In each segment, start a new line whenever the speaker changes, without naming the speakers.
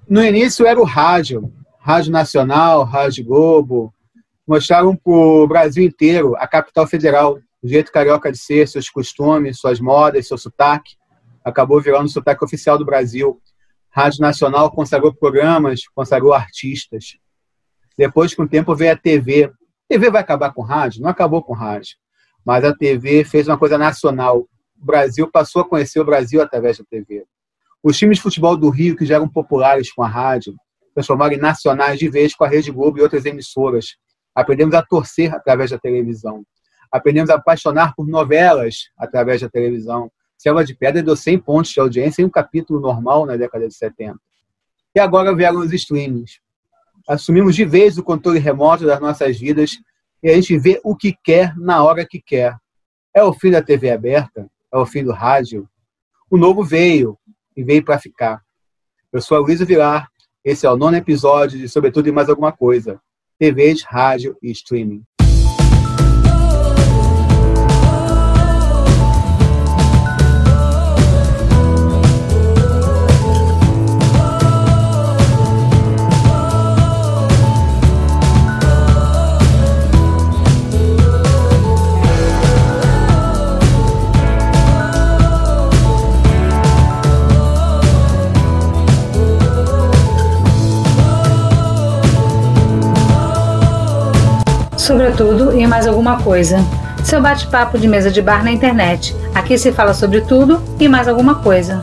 No início era o rádio nacional, rádio Globo, mostraram para o Brasil inteiro a capital federal, o jeito carioca de ser, seus costumes, suas modas, seu sotaque. Acabou virando o sotaque oficial do Brasil. Rádio Nacional consagrou programas, consagrou artistas. Depois, com o tempo, veio a TV. A TV vai acabar com o rádio? Não acabou com o rádio. Mas a TV fez uma coisa nacional. O Brasil passou a conhecer o Brasil através da TV. Os times de futebol do Rio, que já eram populares com a rádio, transformaram em nacionais de vez com a Rede Globo e outras emissoras. Aprendemos a torcer através da televisão. Aprendemos a apaixonar por novelas através da televisão. Selva de Pedra deu 100 pontos de audiência em um capítulo normal na década de 70. E agora vieram os streamings. Assumimos de vez o controle remoto das nossas vidas e a gente vê o que quer na hora que quer. É o fim da TV aberta? É o fim do rádio? O novo veio e veio para ficar. Eu sou a Luísa Vilar. Esse é o 9º episódio de Sobretudo e Mais Alguma Coisa. TVs, rádio e streaming.
Sobretudo e mais alguma coisa. Seu bate-papo de mesa de bar na internet. Aqui se fala sobre tudo e mais alguma coisa.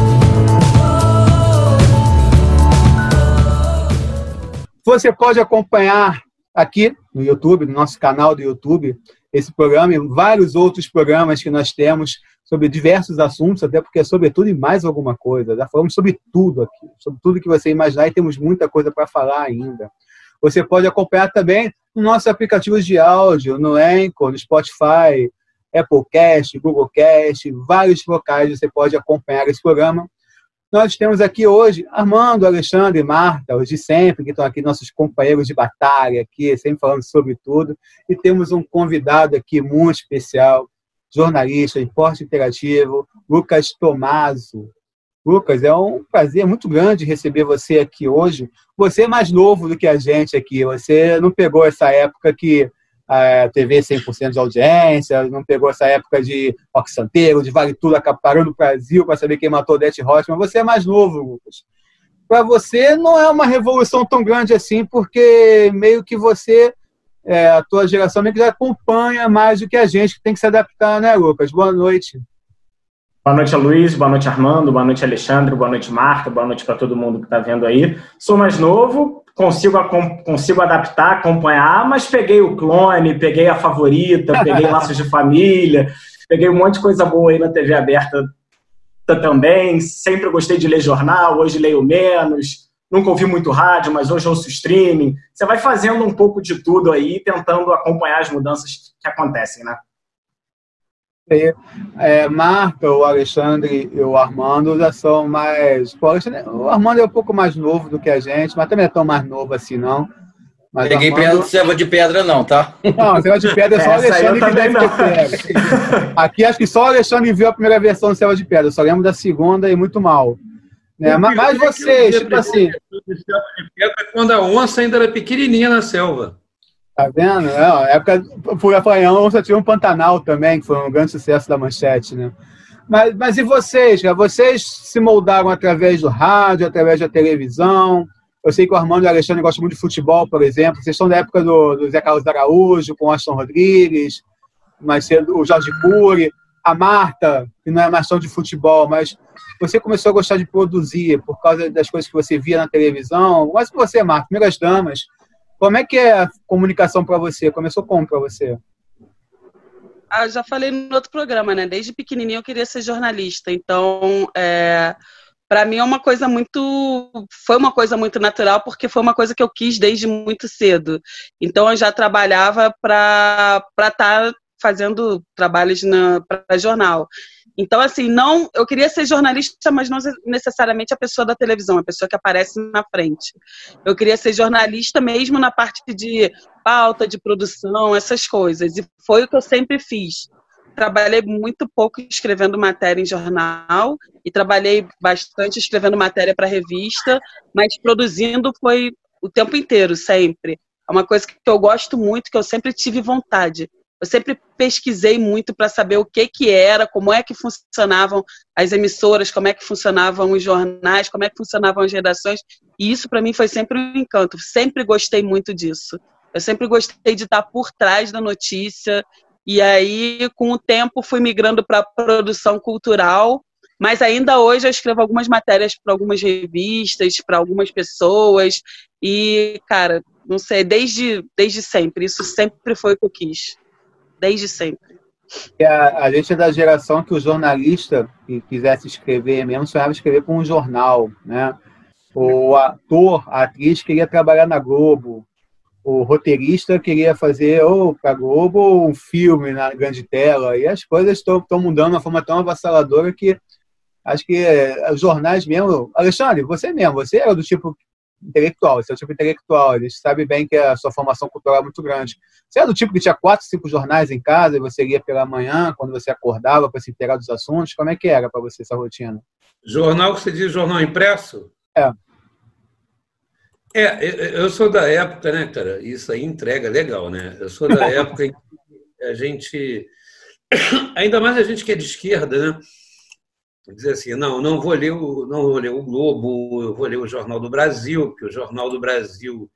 Você pode acompanhar aqui no YouTube, no nosso canal do YouTube, esse programa e vários outros programas que nós temos sobre diversos assuntos, até porque é sobre tudo e mais alguma coisa. Já falamos sobre tudo aqui, sobre tudo que você imaginar e temos muita coisa para falar ainda. Você pode acompanhar também nos nossos aplicativos de áudio, no Anchor, no Spotify, Apple Cast, Google Cast, vários locais você pode acompanhar esse programa. Nós temos aqui hoje Armando, Alexandre e Marta, os de sempre, que estão aqui, nossos companheiros de batalha, aqui, sempre falando sobre tudo. E temos um convidado aqui muito especial, jornalista, esporte interativo, Lucas Tomaso. Lucas, é um prazer muito grande receber você aqui hoje. Você é mais novo do que a gente aqui. Você não pegou essa época que a TV 100% de audiência, não pegou essa época de Roque Santeiro, de Vale Tudo acaparando o Brasil para saber quem matou Odete Roitman. Você é mais novo, Lucas. Para você não é uma revolução tão grande assim, porque meio que você, a tua geração meio que já acompanha mais do que a gente, que tem que se adaptar, né, Lucas? Boa noite.
Boa noite, Luiz. Boa noite, Armando. Boa noite, Alexandre. Boa noite, Marta. Boa noite para todo mundo que está vendo aí. Sou mais novo, consigo adaptar, acompanhar, mas peguei o Clone, peguei a Favorita, peguei Laços de Família, peguei um monte de coisa boa aí na TV aberta também. Sempre gostei de ler jornal, hoje leio menos. Nunca ouvi muito rádio, mas hoje ouço streaming. Você vai fazendo um pouco de tudo aí, tentando acompanhar as mudanças que acontecem, né?
Marta, o Alexandre e o Armando já são mais... O Armando é um pouco mais novo do que a gente, mas também é tão mais novo assim, não. Mas
peguei Armando... Selva de Pedra não, tá?
Não, Selva de Pedra é só o Alexandre que deve ter pego. Aqui acho que só o Alexandre viu a primeira versão de Selva de Pedra, eu só lembro da segunda e muito mal. Mas vocês, tipo assim...
Selva de Pedra é quando a onça ainda era pequenininha na selva.
Tá vendo? Na época, Fui Apanhão, só tinha um Pantanal também, que foi um grande sucesso da Manchete, né? Mas e vocês, cara? Vocês se moldaram através do rádio, através da televisão? Eu sei que o Armando e o Alexandre gostam muito de futebol, por exemplo. Vocês estão da época do Zé Carlos Araújo, com o Aston Rodrigues, mais cedo o Jorge Cury, a Marta, que não é mais tão de futebol, mas você começou a gostar de produzir por causa das coisas que você via na televisão. Mas você, Marta, Primeiras Damas, como é que é a comunicação para você? Começou como para você?
Eu já falei no outro programa, né? Desde pequenininho eu queria ser jornalista. Então, para mim foi uma coisa muito natural, porque foi uma coisa que eu quis desde muito cedo. Então, eu já trabalhava para estar fazendo trabalhos para jornal. Então, assim, eu queria ser jornalista, mas não necessariamente a pessoa da televisão, a pessoa que aparece na frente. Eu queria ser jornalista mesmo na parte de pauta, de produção, essas coisas. E foi o que eu sempre fiz. trabalhei muito pouco escrevendo matéria em jornal e trabalhei bastante escrevendo matéria para revista, mas produzindo foi o tempo inteiro, sempre. É uma coisa que eu gosto muito, que eu sempre tive vontade. Eu sempre pesquisei muito para saber o que era, como é que funcionavam as emissoras, como é que funcionavam os jornais, como é que funcionavam as redações. E isso, para mim, foi sempre um encanto. Sempre gostei muito disso. Eu sempre gostei de estar por trás da notícia. E aí, com o tempo, fui migrando para a produção cultural. Mas ainda hoje eu escrevo algumas matérias para algumas revistas, para algumas pessoas. E, cara, não sei, desde sempre. Isso sempre foi o que eu quis. Desde sempre.
A gente é da geração que o jornalista que quisesse escrever mesmo sonhava escrever para um jornal, né? O ator, a atriz queria trabalhar na Globo. O roteirista queria fazer ou para a Globo ou um filme na grande tela. E as coisas estão mudando de uma forma tão avassaladora que acho que os jornais mesmo... Alexandre, você é do tipo intelectual, você é o tipo intelectual, a gente sabe bem que a sua formação cultural é muito grande. Você é do tipo que tinha 4, 5 jornais em casa e você lia pela manhã, quando você acordava para se inteirar dos assuntos? Como é que era para você essa rotina?
Jornal, que você diz jornal impresso? Eu sou da época, né, cara? Isso aí entrega legal, né? Eu sou da época em que a gente... Ainda mais a gente que é de esquerda, né? Dizer assim, não vou ler o Globo, eu vou ler o Jornal do Brasil, porque o Jornal do Brasil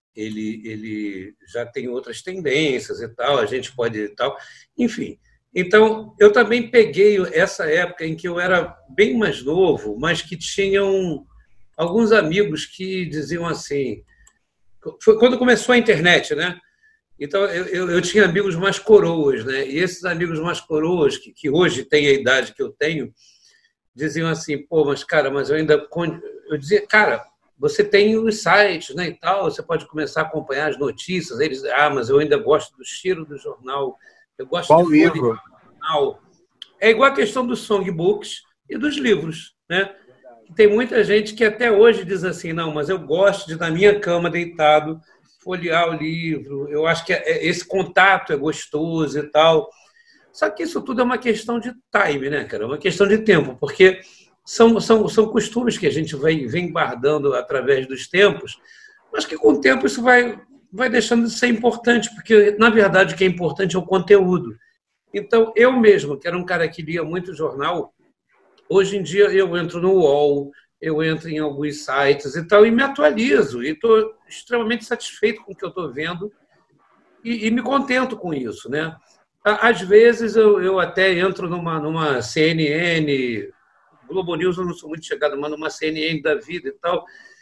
ele já tem outras tendências e tal, a gente pode e tal, enfim. Então, eu também peguei essa época em que eu era bem mais novo, mas que tinham alguns amigos que diziam assim, foi quando começou a internet, né? Então, eu tinha amigos mais coroas, né? E esses amigos mais coroas, que hoje têm a idade que eu tenho, diziam assim, pô, mas cara, mas eu dizia, cara, você tem os sites, né, e tal, você pode começar a acompanhar as notícias. Eles, mas eu ainda gosto do cheiro do jornal, eu gosto
Qual
do
livro?
Jornal. É igual a questão dos songbooks e dos livros, né? Tem muita gente que até hoje diz assim, não, mas eu gosto de na minha cama deitado folhear o livro, eu acho que esse contato é gostoso e tal. Só que isso tudo é uma questão de time, né, cara? É uma questão de tempo, porque são costumes que a gente vem guardando através dos tempos, mas que com o tempo isso vai deixando de ser importante, porque, na verdade, o que é importante é o conteúdo. Então, eu mesmo, que era um cara que lia muito jornal, hoje em dia eu entro no UOL, eu entro em alguns sites e tal, e me atualizo, e estou extremamente satisfeito com o que eu estou vendo e me contento com isso, né? Às vezes eu até entro numa CNN, Globo News eu não sou muito chegado, mas numa CNN da vida e tal,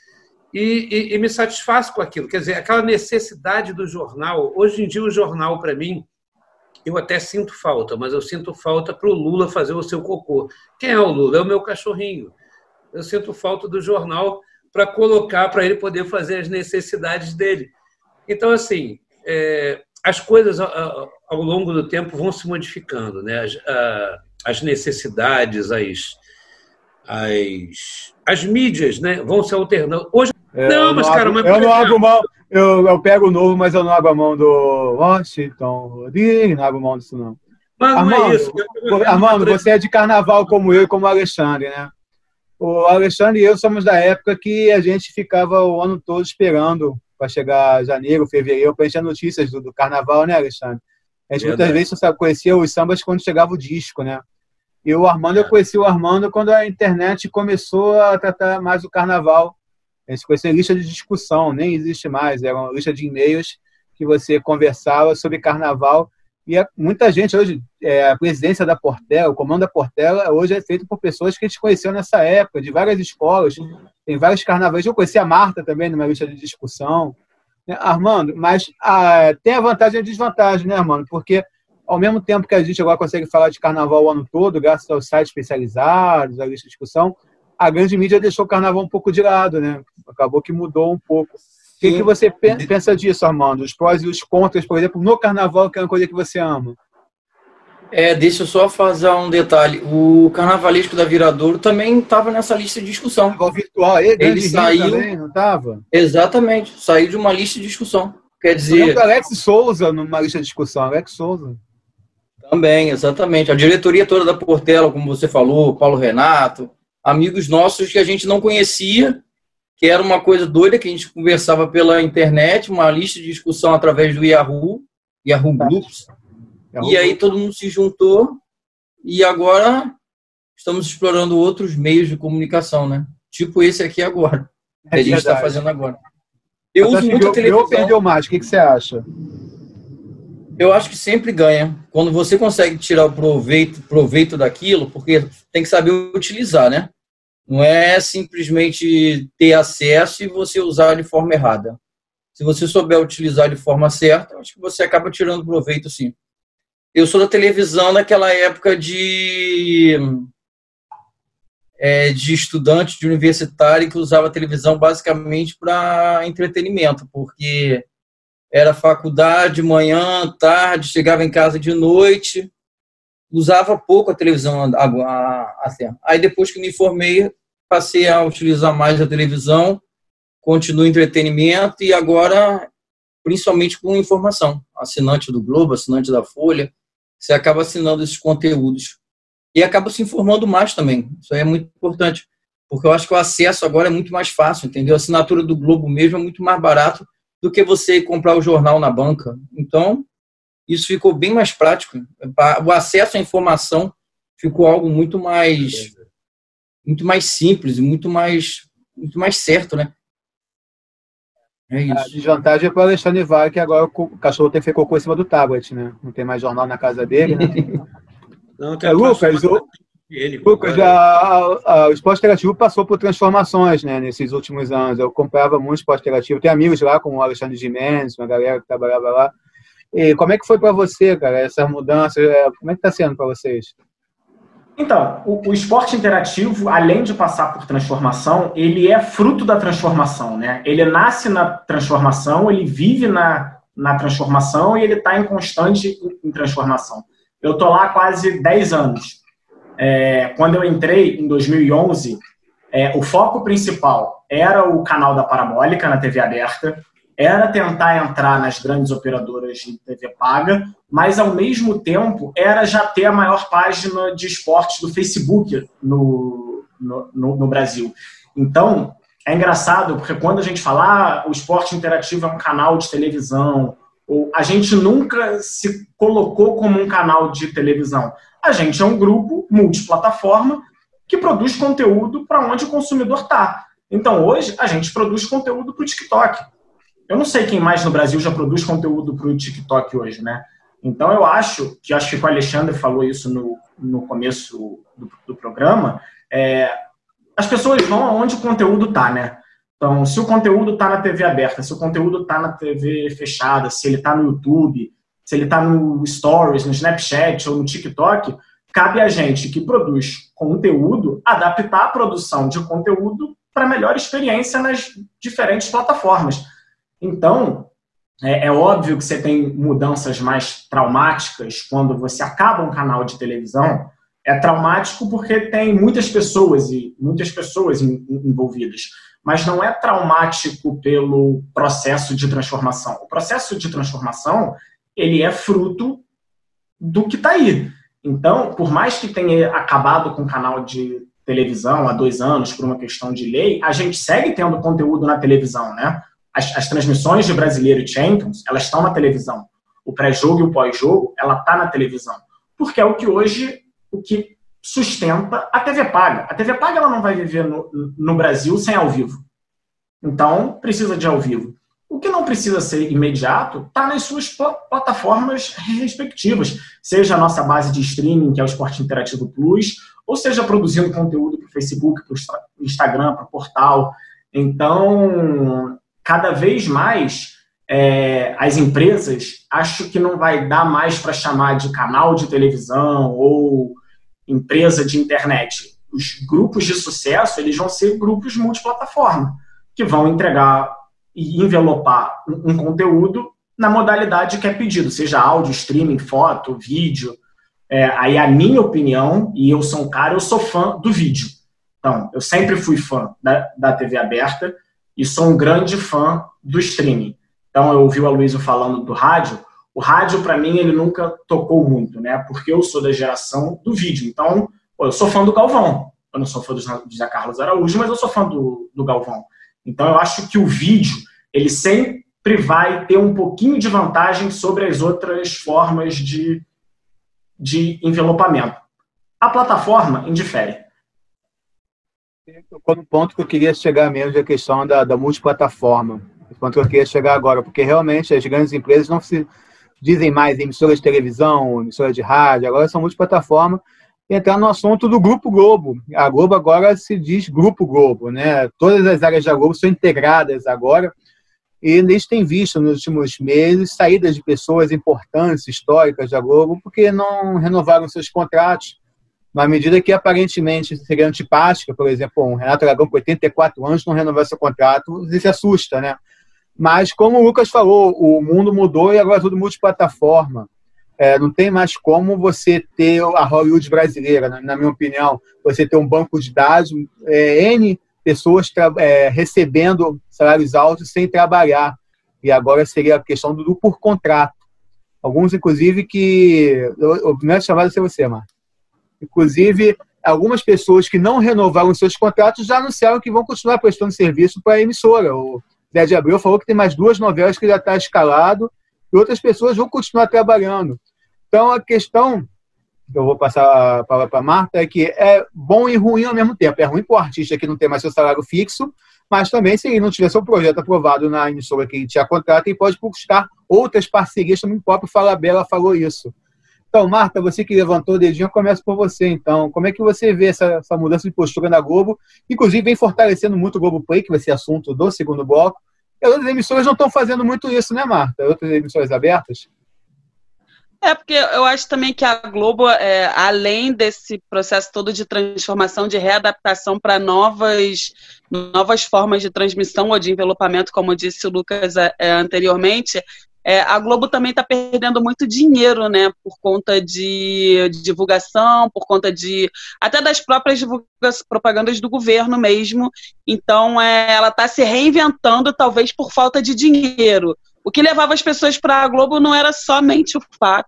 e me satisfaço com aquilo. Quer dizer, aquela necessidade do jornal. Hoje em dia o jornal, para mim, eu até sinto falta, mas eu sinto falta para o Lula fazer o seu cocô. Quem é o Lula? É o meu cachorrinho. Eu sinto falta do jornal para colocar, para ele poder fazer as necessidades dele. Então, assim, as coisas ao longo do tempo vão se modificando, né? As necessidades, as mídias, né, vão se alternando. Hoje,
eu não abro mão. Eu pego o Novo, mas eu não abro a mão do Washington Rodrigues, não abro mão disso, não.
Mas
Armando,
não é isso.
Armando, você é de carnaval como eu e como o Alexandre, né? O Alexandre e eu somos da época que a gente ficava o ano todo esperando para chegar janeiro, fevereiro, para encher notícias do carnaval, né, Alexandre? A gente muitas vezes conhecia os sambas quando chegava o disco, né? E o Armando, eu conheci o Armando quando a internet começou a tratar mais o carnaval. A gente conhecia lista de discussão, nem existe mais, era uma lista de e-mails que você conversava sobre carnaval. E muita gente hoje, a presidência da Portela, o comando da Portela, hoje é feito por pessoas que a gente conheceu nessa época, de várias escolas, tem vários carnavais. Eu conheci a Marta também numa lista de discussão. Armando, mas tem a vantagem e a desvantagem, né, Armando? Porque ao mesmo tempo que a gente agora consegue falar de carnaval o ano todo, graças aos sites especializados, à lista de discussão, a grande mídia deixou o carnaval um pouco de lado, né? Acabou que mudou um pouco. O que você pensa disso, Armando? Os prós e os contras, por exemplo, no carnaval, que é uma coisa que você ama.
Deixa eu só fazer um detalhe. O Carnavalesco da Viradouro também estava nessa lista de discussão.
Carnaval virtual, ele saiu também, não estava?
Exatamente, saiu de uma lista de discussão. Quer dizer...
Alex Souza numa lista de discussão, Alex Souza.
Também, exatamente. A diretoria toda da Portela, como você falou, Paulo Renato, amigos nossos que a gente não conhecia, que era uma coisa doida, que a gente conversava pela internet, uma lista de discussão através do Yahoo Groups, e aí todo mundo se juntou, e agora estamos explorando outros meios de comunicação, né? Tipo esse aqui agora, que a gente está fazendo agora. Eu uso muito a televisão.
Eu perdeu mais, o que você acha?
Eu acho que sempre ganha. Quando você consegue tirar o proveito daquilo, porque tem que saber utilizar, né? Não é simplesmente ter acesso e você usar de forma errada. Se você souber utilizar de forma certa, eu acho que você acaba tirando proveito, sim. Eu sou da televisão naquela época de estudante, de universitário, que usava a televisão basicamente para entretenimento, porque era faculdade, manhã, tarde, chegava em casa de noite, usava pouco a televisão até. Aí depois que me formei, passei a utilizar mais a televisão, continuo entretenimento e agora, principalmente com informação. Assinante do Globo, assinante da Folha, você acaba assinando esses conteúdos. E acaba se informando mais também. Isso aí é muito importante, porque eu acho que o acesso agora é muito mais fácil, entendeu? A assinatura do Globo mesmo é muito mais barato do que você comprar o jornal na banca. Então, isso ficou bem mais prático. O acesso à informação ficou algo muito mais simples e muito mais certo, né? É isso.
A desvantagem é para o Alexandre Vale, que agora o cachorro tem que ficar cocô em cima do tablet, né? Não tem mais jornal na casa dele, né?
Não, tem
Lucas, o esporte interativo passou por transformações, né, nesses últimos anos. Eu comprava muito esporte interativo. Tem amigos lá, como o Alexandre Gimenez, uma galera que trabalhava lá. E como é que foi para você, cara, essa mudança? Como é que está sendo para vocês?
Então, o esporte interativo, além de passar por transformação, ele é fruto da transformação, né? Ele nasce na transformação, ele vive na transformação e ele está em constante transformação. Eu estou lá há quase 10 anos. Quando eu entrei, em 2011, o foco principal era o canal da Parabólica na TV aberta, era tentar entrar nas grandes operadoras de TV paga, mas, ao mesmo tempo, era já ter a maior página de esportes do Facebook no Brasil. Então, é engraçado, porque quando a gente fala o esporte interativo é um canal de televisão, a gente nunca se colocou como um canal de televisão. A gente é um grupo multiplataforma que produz conteúdo para onde o consumidor está. Então, hoje, a gente produz conteúdo para o TikTok. Eu não sei quem mais no Brasil já produz conteúdo para o TikTok hoje, né? Então, eu acho que o Alexandre falou isso no começo do programa, as pessoas vão aonde o conteúdo está, né? Então, se o conteúdo está na TV aberta, se o conteúdo está na TV fechada, se ele está no YouTube, se ele está no Stories, no Snapchat ou no TikTok, cabe a gente que produz conteúdo adaptar a produção de conteúdo para melhor experiência nas diferentes plataformas. Então, é óbvio que você tem mudanças mais traumáticas quando você acaba um canal de televisão. É traumático porque tem muitas pessoas envolvidas. Mas não é traumático pelo processo de transformação. O processo de transformação, ele é fruto do que está aí. Então, por mais que tenha acabado com o canal de televisão há 2 anos por uma questão de lei, a gente segue tendo conteúdo na televisão, né? As transmissões de Brasileiro e Champions, elas estão na televisão. O pré-jogo e o pós-jogo, ela está na televisão. Porque é o que sustenta a TV paga. A TV paga ela não vai viver no Brasil sem ao vivo. Então, precisa de ao vivo. O que não precisa ser imediato está nas suas plataformas respectivas. Seja a nossa base de streaming, que é o Esporte Interativo Plus, ou seja produzindo conteúdo para o Facebook, para o Instagram, para o portal. Então, cada vez mais, as empresas, acho que não vai dar mais para chamar de canal de televisão ou empresa de internet. Os grupos de sucesso, eles vão ser grupos multiplataforma, que vão entregar e envelopar um conteúdo na modalidade que é pedido, seja áudio, streaming, foto, vídeo. Aí a minha opinião, e eu sou eu sou fã do vídeo. Então, eu sempre fui fã da TV aberta e sou um grande fã do streaming. Então, eu ouvi o Aloysio falando do rádio. O rádio, para mim, ele nunca tocou muito, né? Porque eu sou da geração do vídeo. Então, eu sou fã do Galvão. Eu não sou fã do José Carlos Araújo, mas eu sou fã do Galvão. Então, eu acho que o vídeo, ele sempre vai ter um pouquinho de vantagem sobre as outras formas de envelopamento. A plataforma indifere.
No ponto que eu queria chegar mesmo é a questão da multiplataforma. O ponto que eu queria chegar agora, porque realmente as grandes empresas não se dizem mais emissoras de televisão, emissoras de rádio, agora são multiplataforma. E entrar no assunto do Grupo Globo. A Globo agora se diz Grupo Globo, né? Todas as áreas da Globo são integradas agora. E eles têm visto nos últimos meses saídas de pessoas importantes, históricas da Globo, porque não renovaram seus contratos. Na medida que aparentemente seria antipática, por exemplo, um Renato Aragão com 84 anos não renovar seu contrato, você se assusta, né? Mas como o Lucas falou, o mundo mudou e agora é tudo multiplataforma. Não tem mais como você ter a Hollywood brasileira, na minha opinião. Você ter um banco de dados, N pessoas recebendo salários altos sem trabalhar. E agora seria a questão do por contrato. Alguns, inclusive, que... O primeiro chamado é você, Marcos. Inclusive, algumas pessoas que não renovaram seus contratos já anunciaram que vão continuar prestando serviço para a emissora. O Zé de Abreu falou que tem mais 2 novelas que já está escalado e outras pessoas vão continuar trabalhando. Então, a questão que eu vou passar a palavra para a Marta é que é bom e ruim ao mesmo tempo. É ruim para o artista que não tem mais seu salário fixo, mas também, se ele não tiver seu projeto aprovado na emissora que ele tinha contrato, ele pode buscar outras parcerias. Também o próprio Falabella falou isso. Então, Marta, você que levantou o dedinho, eu começo por você. Então, como é que você vê essa mudança de postura na Globo? Inclusive, vem fortalecendo muito o Globoplay, que vai ser assunto do segundo bloco. E outras emissoras não estão fazendo muito isso, né, Marta? Outras emissoras abertas?
Porque eu acho também que a Globo, além desse processo todo de transformação, de readaptação para novas formas de transmissão ou de envelopamento, como disse o Lucas anteriormente, a Globo também está perdendo muito dinheiro, né, por conta de divulgação, por conta até das próprias propagandas do governo mesmo. Então, ela está se reinventando, talvez por falta de dinheiro. O que levava as pessoas para a Globo não era somente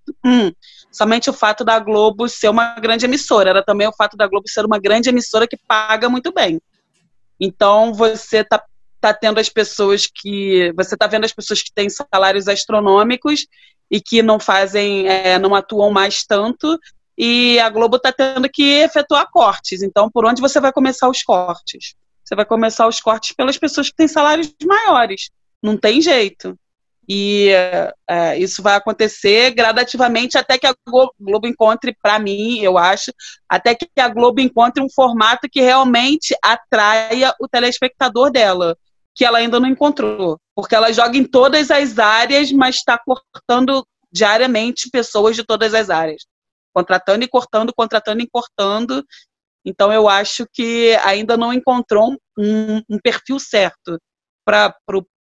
o fato da Globo ser uma grande emissora, era também o fato da Globo ser uma grande emissora que paga muito bem. Então, você está tendo as pessoas você está vendo as pessoas que têm salários astronômicos e que não atuam mais tanto, e a Globo está tendo que efetuar cortes. Então, por onde você vai começar os cortes? Você vai começar os cortes pelas pessoas que têm salários maiores. Não tem jeito. E isso vai acontecer gradativamente até que a Globo encontre, para mim, eu acho, até que a Globo encontre um formato que realmente atraia o telespectador dela, que ela ainda não encontrou. Porque ela joga em todas as áreas, mas está cortando diariamente pessoas de todas as áreas. Contratando e cortando, contratando e cortando. Então, eu acho que ainda não encontrou um perfil certo para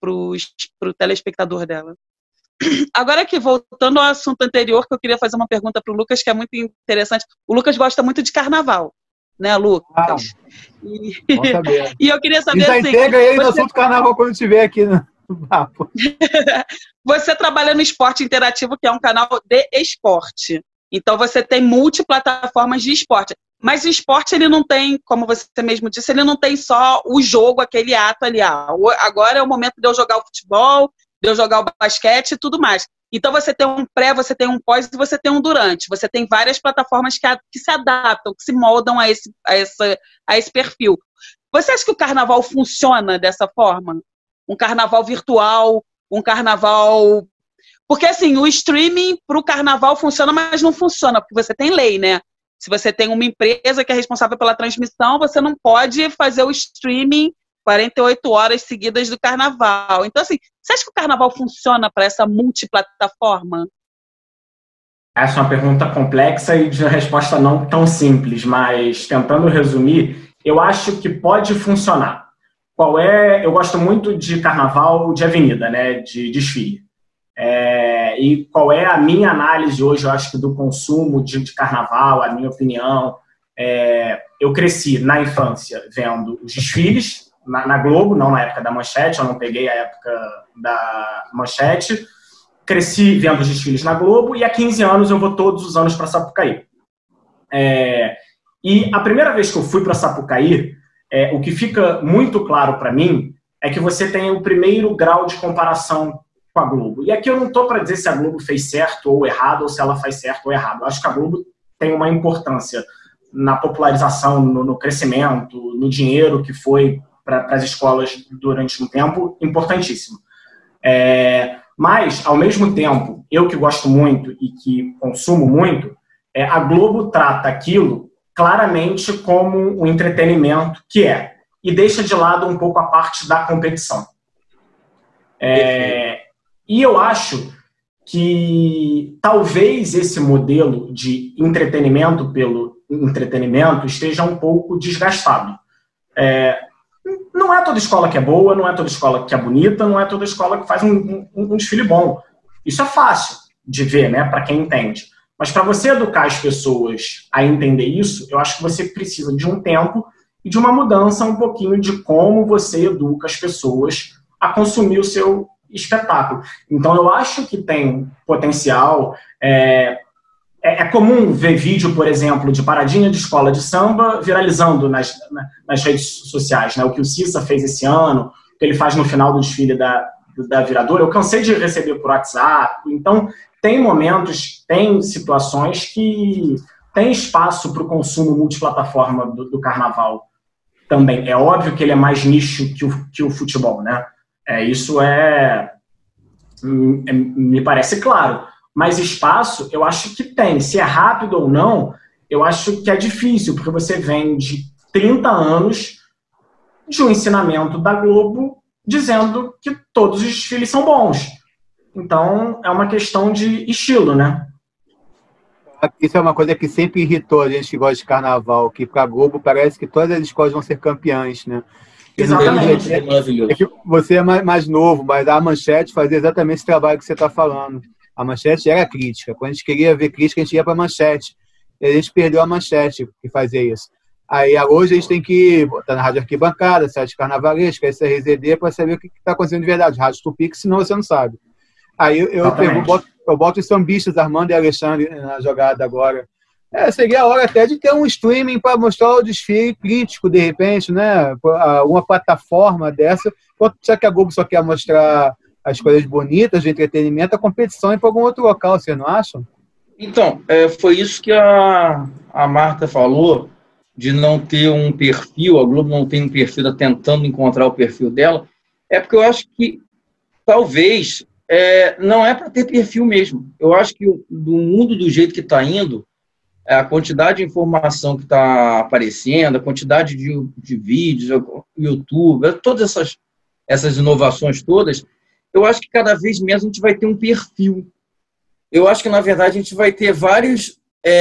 o telespectador dela. Agora aqui, voltando ao assunto anterior, que eu queria fazer uma pergunta para o Lucas, que é muito interessante. O Lucas gosta muito de carnaval, né, Lucas?
Bom saber.
E eu queria saber assim...
integra ele no assunto carnaval quando estiver aqui no papo.
Você trabalha no Esporte Interativo, que é um canal de esporte. Então, você tem multiplataformas de esporte. Mas o esporte, ele não tem, como você mesmo disse, ele não tem só o jogo, aquele ato ali. Agora é o momento de eu jogar o futebol, de eu jogar o basquete e tudo mais. Então, você tem um pré, você tem um pós e você tem um durante. Você tem várias plataformas que se adaptam, que se moldam a esse perfil. Você acha que o carnaval funciona dessa forma? Um carnaval virtual, um carnaval... Porque, assim, o streaming para o carnaval funciona, mas não funciona, porque você tem lei, né? Se você tem uma empresa que é responsável pela transmissão, você não pode fazer o streaming 48 horas seguidas do carnaval. Então, assim, você acha que o carnaval funciona para essa multiplataforma?
Essa é uma pergunta complexa e de resposta não tão simples, mas tentando resumir, eu acho que pode funcionar. Eu gosto muito de carnaval de avenida, né, de desfile. E qual é a minha análise hoje, eu acho que do consumo de carnaval, a minha opinião. Eu cresci na infância vendo os desfiles na Globo, não na época da Manchete, eu não peguei a época da Manchete, cresci vendo os desfiles na Globo e há 15 anos eu vou todos os anos para Sapucaí. E a primeira vez que eu fui para Sapucaí, o que fica muito claro para mim é que você tem o primeiro grau de comparação com a Globo. E aqui eu não estou para dizer se a Globo fez certo ou errado, ou se ela faz certo ou errado. Eu acho que a Globo tem uma importância na popularização, no crescimento, no dinheiro que foi para as escolas durante um tempo, importantíssimo. Mas, ao mesmo tempo, eu que gosto muito e que consumo muito, a Globo trata aquilo claramente como um entretenimento que é, e deixa de lado um pouco a parte da competição. E eu acho que talvez esse modelo de entretenimento pelo entretenimento esteja um pouco desgastado. Não é toda escola que é boa, não é toda escola que é bonita, não é toda escola que faz um desfile bom. Isso é fácil de ver, né, para quem entende. Mas para você educar as pessoas a entender isso, eu acho que você precisa de um tempo e de uma mudança um pouquinho de como você educa as pessoas a consumir o seu espetáculo. Então, eu acho que tem potencial. É comum ver vídeo, por exemplo, de paradinha de escola de samba viralizando nas redes sociais, né? O que o Cissa fez esse ano, o que ele faz no final do desfile da Viradouro. Eu cansei de receber por WhatsApp. Então, tem momentos, tem situações que tem espaço para o consumo multiplataforma do carnaval também. É óbvio que ele é mais nicho que o futebol, né? Isso me parece claro. Mas espaço, eu acho que tem. Se é rápido ou não, eu acho que é difícil, porque você vem de 30 anos de um ensinamento da Globo dizendo que todos os desfiles são bons. Então, é uma questão de estilo, né?
Isso é uma coisa que sempre irritou a gente que gosta de carnaval, que para a Globo parece que todas as escolas vão ser campeãs, né?
Exatamente.
É que você é mais novo, mas a Manchete fazia exatamente esse trabalho que você está falando. A Manchete era crítica. Quando a gente queria ver crítica, a gente ia para a Manchete. E a gente perdeu a Manchete que fazia isso. Aí hoje a gente tem que botar na Rádio Arquibancada, site carnavalesco, SRZD, para saber o que está acontecendo de verdade. Rádio Tupi, que senão você não sabe. Aí eu boto os sambistas, Armando e Alexandre, na jogada agora. Seria a hora até de ter um streaming para mostrar o desfile crítico, de repente, né? Uma plataforma dessa. Já que a Globo só quer mostrar as coisas bonitas de entretenimento, a competição é para algum outro local, vocês não acham?
Então, foi isso que a Marta falou, de não ter um perfil, a Globo não tem um perfil, está tentando encontrar o perfil dela, porque eu acho que talvez não é para ter perfil mesmo. Eu acho que do mundo do jeito que está indo, a quantidade de informação que está aparecendo, a quantidade de vídeos, YouTube, todas essas inovações todas, eu acho que cada vez menos a gente vai ter um perfil. Eu acho que, na verdade, a gente vai ter várias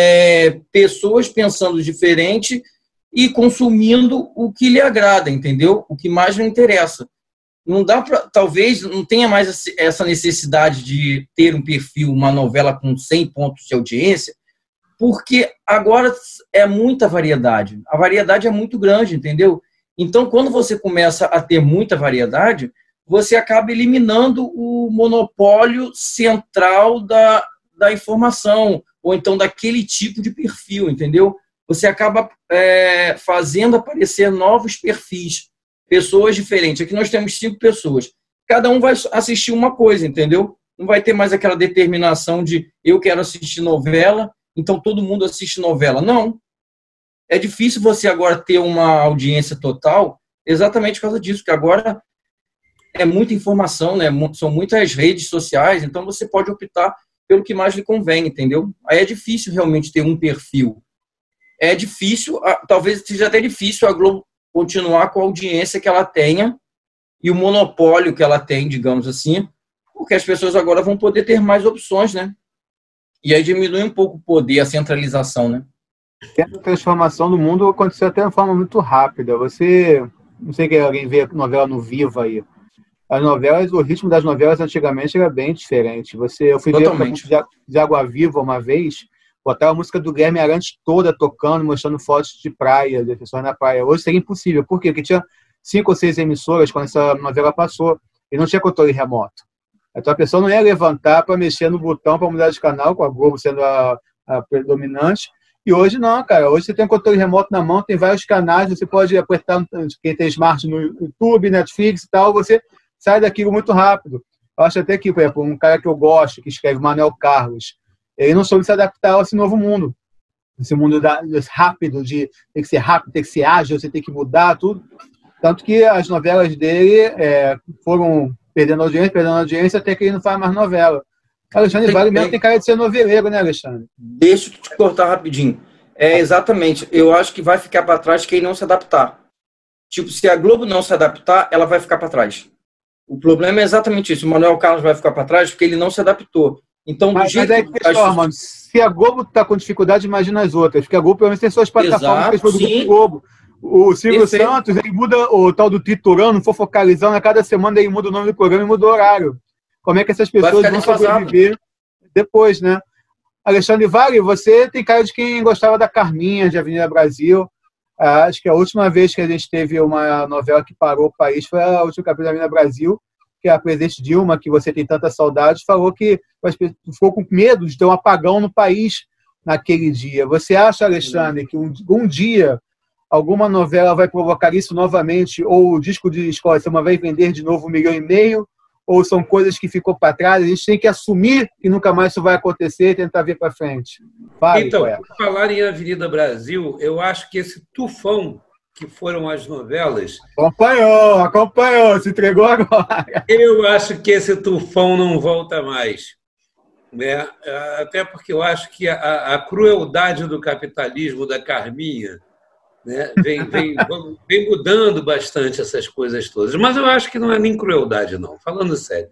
pessoas pensando diferente e consumindo o que lhe agrada, entendeu? O que mais lhe interessa. Não dá para, talvez, não tenha mais essa necessidade de ter um perfil, uma novela com 100 pontos de audiência, porque agora é muita variedade. A variedade é muito grande, entendeu? Então, quando você começa a ter muita variedade, você acaba eliminando o monopólio central da informação, ou então daquele tipo de perfil, entendeu? Você acaba fazendo aparecer novos perfis, pessoas diferentes. Aqui nós temos 5 pessoas. Cada um vai assistir uma coisa, entendeu? Não vai ter mais aquela determinação de eu quero assistir novela, então todo mundo assiste novela. Não. É difícil você agora ter uma audiência total exatamente por causa disso, que agora é muita informação, né? São muitas redes sociais, então você pode optar pelo que mais lhe convém, entendeu? Aí é difícil realmente ter um perfil. É difícil, talvez seja até difícil a Globo continuar com a audiência que ela tenha e o monopólio que ela tem, digamos assim, porque as pessoas agora vão poder ter mais opções, né? E aí diminui um pouco o poder, a centralização, né?
Essa transformação do mundo aconteceu até de uma forma muito rápida. Não sei que alguém vê novela no Viva aí. As novelas, o ritmo das novelas antigamente era bem diferente. Eu fui
Totalmente.
ver de Água Viva uma vez, botar a música do Guilherme Arantes toda tocando, mostrando fotos de praia, de pessoas na praia. Hoje seria impossível. Por quê? Porque tinha 5 ou 6 emissoras quando essa novela passou e não tinha controle remoto. Então a pessoa não ia levantar para mexer no botão para mudar de canal, com a Globo sendo a predominante. E hoje não, cara. Hoje você tem um controle remoto na mão, tem vários canais, você pode apertar, quem tem smart no YouTube, Netflix e tal, você sai daquilo muito rápido. Eu acho até que, por exemplo, um cara que eu gosto, que escreve, Manuel Carlos, ele não soube se adaptar a esse novo mundo. Esse mundo rápido, de tem que ser rápido, tem que ser ágil, você tem que mudar tudo. Tanto que as novelas dele foram perdendo audiência, até que ele não faz mais novela. Alexandre Wagner mesmo tem cara de ser noveleiro, né, Alexandre?
Deixa eu te cortar rapidinho. Exatamente. Eu acho que vai ficar para trás quem não se adaptar. Tipo, se a Globo não se adaptar, ela vai ficar para trás. O problema é exatamente isso. O Manuel Carlos vai ficar para trás porque ele não se adaptou. Então,
mas é questão, mano. Se a Globo está com dificuldade, imagina as outras. Porque a Globo, pelo menos, tem suas plataformas que produzem o Globo. O Silvio Santos, ele muda o tal do Triturano, focalizando, a cada semana ele muda o nome do programa e muda o horário. Como é que essas pessoas vão sobreviver depois, né? Alexandre Wagner, você tem cara de quem gostava da Carminha, de Avenida Brasil. Acho que a última vez que a gente teve uma novela que parou o país foi a última capítulo da Avenida Brasil, que a presidente Dilma, que você tem tanta saudade, falou que ficou com medo de ter um apagão no país naquele dia. Você acha, Alexandre, que um dia alguma novela vai provocar isso novamente, ou o disco de escola de samba vai vender de novo 1,5 milhão, ou são coisas que ficou para trás? A gente tem que assumir que nunca mais isso vai acontecer e tentar ver para frente. Fale,
então, por falar em Avenida Brasil, eu acho que esse tufão que foram as novelas...
Acompanhou, se entregou agora.
Eu acho que esse tufão não volta mais. Né? Até porque eu acho que a crueldade do capitalismo, da Carminha, né, vem mudando bastante essas coisas todas. Mas eu acho que não é nem crueldade, não. Falando sério.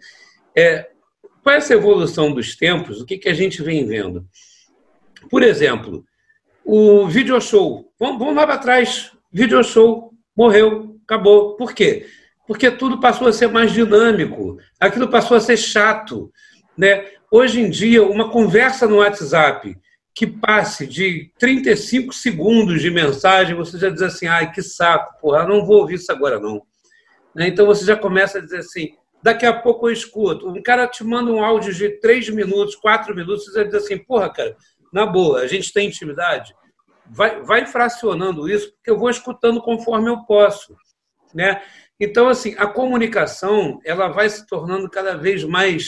Com essa evolução dos tempos, o que a gente vem vendo? Por exemplo, o video show. Vamos lá para trás. Video show morreu, acabou. Por quê? Porque tudo passou a ser mais dinâmico. Aquilo passou a ser chato. Né? Hoje em dia, uma conversa no WhatsApp que passe de 35 segundos de mensagem, você já diz assim, ai, que saco, porra, não vou ouvir isso agora, não. Então você já começa a dizer assim, daqui a pouco eu escuto. Um cara te manda um áudio de 3 minutos, 4 minutos, você já diz assim, porra, cara, na boa, a gente tem intimidade? Vai fracionando isso, porque eu vou escutando conforme eu posso. Né? Então, assim, a comunicação ela vai se tornando cada vez mais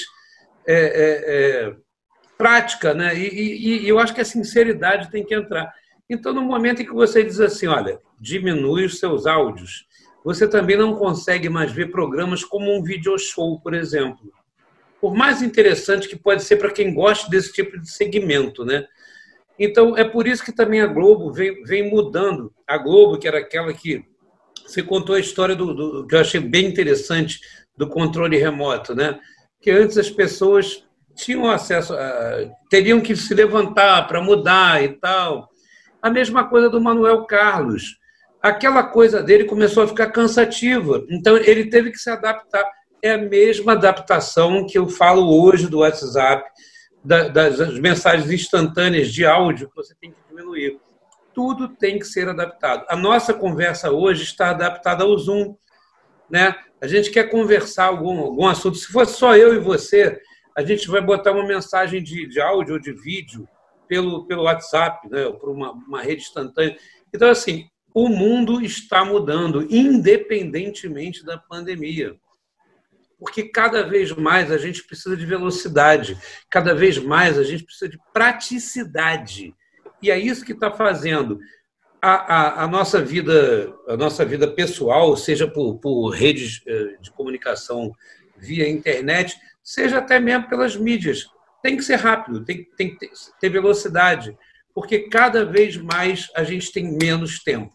prática, né? E eu acho que a sinceridade tem que entrar. Então, no momento em que você diz assim, olha, diminui os seus áudios, você também não consegue mais ver programas como um video show, por exemplo. Por mais interessante que pode ser para quem gosta desse tipo de segmento, né? Então, é por isso que também a Globo vem mudando. A Globo, que era aquela que... Você contou a história que eu achei bem interessante, do controle remoto, né? Que antes as pessoas tinham acesso, teriam que se levantar para mudar e tal. A mesma coisa do Manuel Carlos. Aquela coisa dele começou a ficar cansativa. Então, ele teve que se adaptar. É a mesma adaptação que eu falo hoje do WhatsApp, das mensagens instantâneas de áudio que você tem que diminuir. Tudo tem que ser adaptado. A nossa conversa hoje está adaptada ao Zoom. Né? A gente quer conversar algum assunto. Se fosse só eu e você, a gente vai botar uma mensagem de áudio ou de vídeo pelo WhatsApp, né? Por uma rede instantânea. Então, assim, o mundo está mudando, independentemente da pandemia. Porque cada vez mais a gente precisa de velocidade, cada vez mais a gente precisa de praticidade. E é isso que está fazendo a nossa vida pessoal, seja por redes de comunicação via internet, seja até mesmo pelas mídias. Tem que ser rápido, tem que ter velocidade, porque cada vez mais a gente tem menos tempo.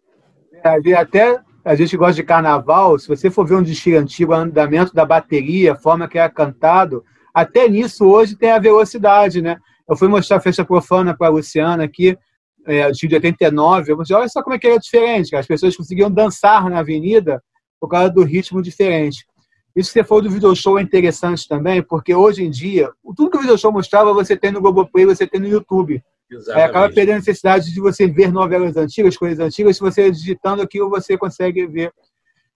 Até a gente gosta de carnaval, se você for ver um desfile antigo, o andamento da bateria, a forma que é cantado, até nisso hoje tem a velocidade, né? Eu fui mostrar a Festa Profana para a Luciana aqui, desfile de 89, eu falei, olha só como é que era diferente, cara. As pessoas conseguiam dançar na avenida por causa do ritmo diferente. Isso que você falou do video show é interessante também, porque hoje em dia, tudo que o video show mostrava, você tem no Globoplay, você tem no YouTube. Acaba perdendo a necessidade de você ver novelas antigas, coisas antigas, se você digitando aquilo, você consegue ver.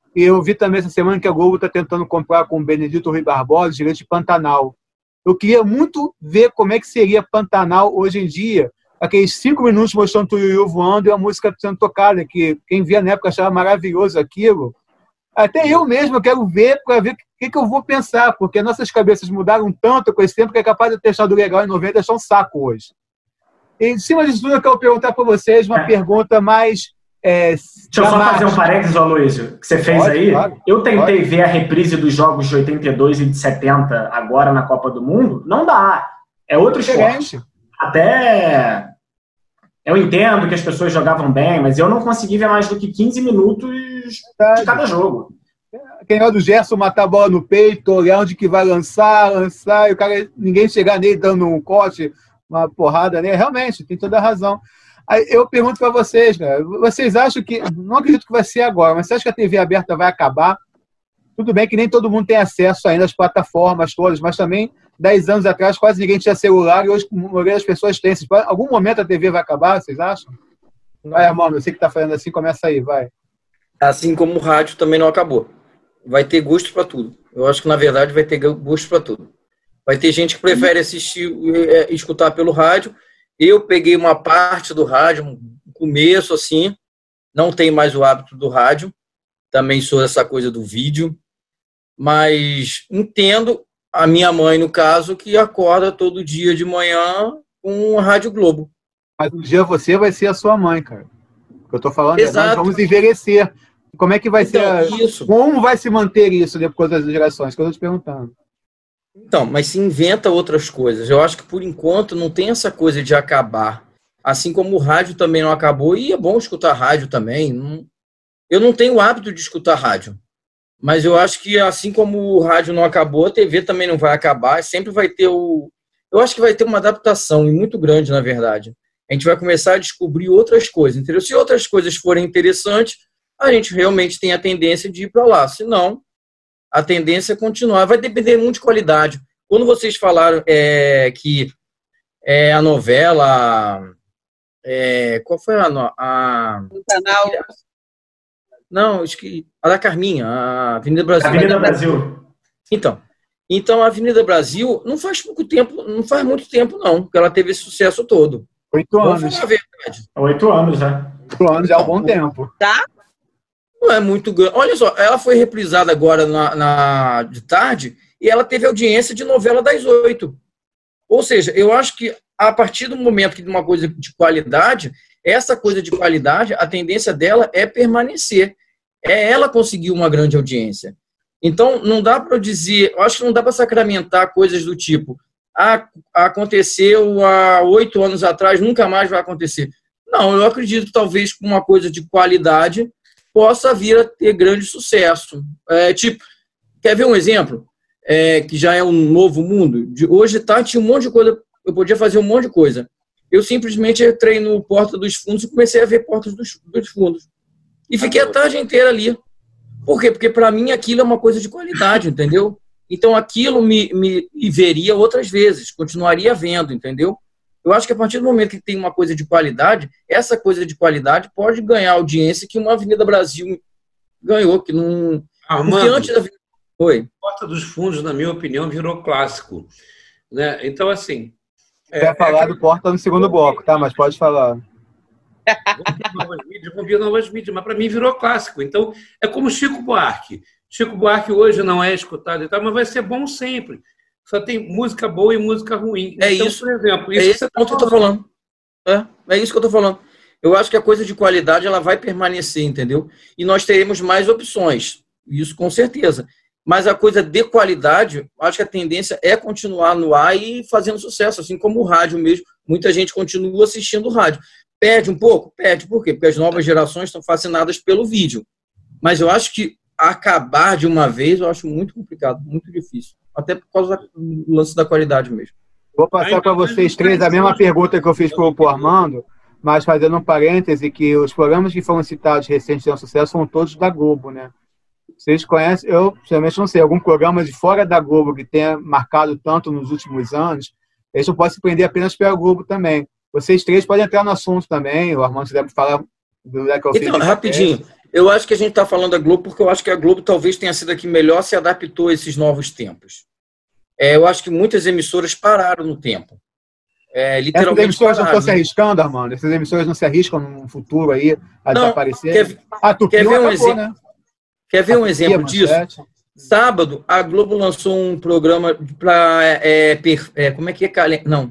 E eu vi também essa semana que a Globo está tentando comprar com o Benedito Rui Barbosa, direito de Pantanal. Eu queria muito ver como é que seria Pantanal hoje em dia, aqueles 5 minutos mostrando o Tuiuiu voando e a música sendo tocada, que quem via na época achava maravilhoso aquilo. Até eu mesmo eu quero ver para ver o que eu vou pensar, porque nossas cabeças mudaram tanto com esse tempo que é capaz de ter achado legal em 90 e achar um saco hoje. E, em cima disso tudo, eu quero perguntar para vocês uma pergunta mais...
Deixa eu só fazer um parênteses, Aloysio, que você fez aí. Claro, eu tentei ver a reprise dos jogos de 82 e de 70 agora na Copa do Mundo. Não dá. É outro esporte. Até eu entendo que as pessoas jogavam bem, mas eu não consegui ver mais do que 15 minutos de cada jogo.
Quem é do Gerson matar a bola no peito, olhar onde que vai lançar, e o cara, ninguém chegar nele dando um corte, uma porrada nele. Realmente, tem toda a razão. Aí eu pergunto para vocês, cara, vocês acham que, não acredito que vai ser agora, mas você acha que a TV aberta vai acabar? Tudo bem que nem todo mundo tem acesso ainda às plataformas todas, mas também 10 anos atrás quase ninguém tinha celular e hoje a maioria das pessoas tem. Em algum momento a TV vai acabar, vocês acham? Vai, irmão, eu sei que está fazendo assim, começa aí, vai.
Assim como o rádio também não acabou. Vai ter gosto para tudo. Eu acho que, na verdade, vai ter gosto para tudo. Vai ter gente que prefere assistir, escutar pelo rádio. Eu peguei uma parte do rádio, um começo assim, não tenho mais o hábito do rádio, também sou essa coisa do vídeo, mas entendo a minha mãe, no caso, que acorda todo dia de manhã com a Rádio Globo.
Mas um dia você vai ser a sua mãe, cara. O que eu tô falando
Exato.
Nós vamos envelhecer. Como é que vai ser?
Isso.
Como vai se manter isso depois das gerações? Que eu tô te perguntando.
Então, mas se inventa outras coisas. Eu acho que, por enquanto, não tem essa coisa de acabar. Assim como o rádio também não acabou, e é bom escutar rádio também. Eu não tenho o hábito de escutar rádio. Mas eu acho que, assim como o rádio não acabou, a TV também não vai acabar. Sempre vai ter Eu acho que vai ter uma adaptação, e muito grande, na verdade. A gente vai começar a descobrir outras coisas, entendeu? Se outras coisas forem interessantes, a gente realmente tem a tendência de ir para lá. Se não, a tendência é continuar. Vai depender muito de qualidade. Quando vocês falaram que a novela... qual foi a
canal?
Não, acho que a da Carminha, a Avenida Brasil.
Avenida Brasil.
Então, a Avenida Brasil não faz muito tempo, não, que ela teve esse sucesso todo.
8 anos.
Vamos falar a verdade.
8 anos, né?
8 anos é um bom tempo.
Tá?
Não é muito grande. Olha só, ela foi reprisada agora de tarde e ela teve audiência de novela das 8. Ou seja, eu acho que a partir do momento que de uma coisa de qualidade, essa coisa de qualidade, a tendência dela é permanecer. É ela conseguir uma grande audiência. Então, não dá para dizer, eu acho que não dá para sacramentar coisas do tipo, aconteceu há 8 anos atrás, nunca mais vai acontecer. Não, eu acredito que talvez com uma coisa de qualidade possa vir a ter grande sucesso. Quer ver um exemplo? Que já é um novo mundo? Hoje tinha um monte de coisa, eu podia fazer um monte de coisa. Eu simplesmente entrei no Porta dos Fundos e comecei a ver Portas dos Fundos. E fiquei a tarde inteira ali. Por quê? Porque para mim aquilo é uma coisa de qualidade, entendeu? Então aquilo me veria outras vezes, continuaria vendo, entendeu? Eu acho que a partir do momento que tem uma coisa de qualidade, essa coisa de qualidade pode ganhar audiência que uma Avenida Brasil ganhou, que não...
Armando,
antes da... Oi.
Porta dos Fundos, na minha opinião, virou clássico. Né? Então, assim...
Quer falar do Porta no segundo bloco, tá? Mas pode falar.
Vão vir novas mídias, mas para mim virou clássico. Então, é como Chico Buarque. Chico Buarque hoje não é escutado e tal, mas vai ser bom sempre. Só tem música boa e música ruim.
É
então,
isso.
Por exemplo,
isso esse ponto que eu tô falando. É isso que eu tô falando. Eu acho que a coisa de qualidade ela vai permanecer, entendeu? E nós teremos mais opções. Isso com certeza. Mas a coisa de qualidade, acho que a tendência é continuar no ar e fazendo sucesso, assim como o rádio mesmo. Muita gente continua assistindo o rádio. Perde um pouco? Perde. Por quê? Porque as novas gerações estão fascinadas pelo vídeo. Mas eu acho que acabar de uma vez, eu acho muito complicado, muito difícil. Até por causa do lance da qualidade mesmo.
Vou passar para vocês três a mesma pergunta que eu fiz para o Armando, mas fazendo um parêntese que os programas que foram citados recentes e sucesso são todos da Globo, né? Vocês conhecem, eu sinceramente não sei, algum programa de fora da Globo que tenha marcado tanto nos últimos anos, eles não podem se prender apenas pela Globo também. Vocês três podem entrar no assunto também, o Armando deve falar do que eu fiz.
Então, rapidinho, Eu acho que a gente está falando da Globo porque eu acho que a Globo talvez tenha sido a que melhor se adaptou a esses novos tempos. Eu acho que muitas emissoras pararam no tempo.
Essas
Literalmente
emissoras não estão
pararam.
se arriscando, Armando? Essas emissoras não se arriscam no futuro aí a desaparecer?
Quer ver um exemplo?
Né?
Quer ver um exemplo disso? Sábado, a Globo lançou um programa para... como é que é? Não.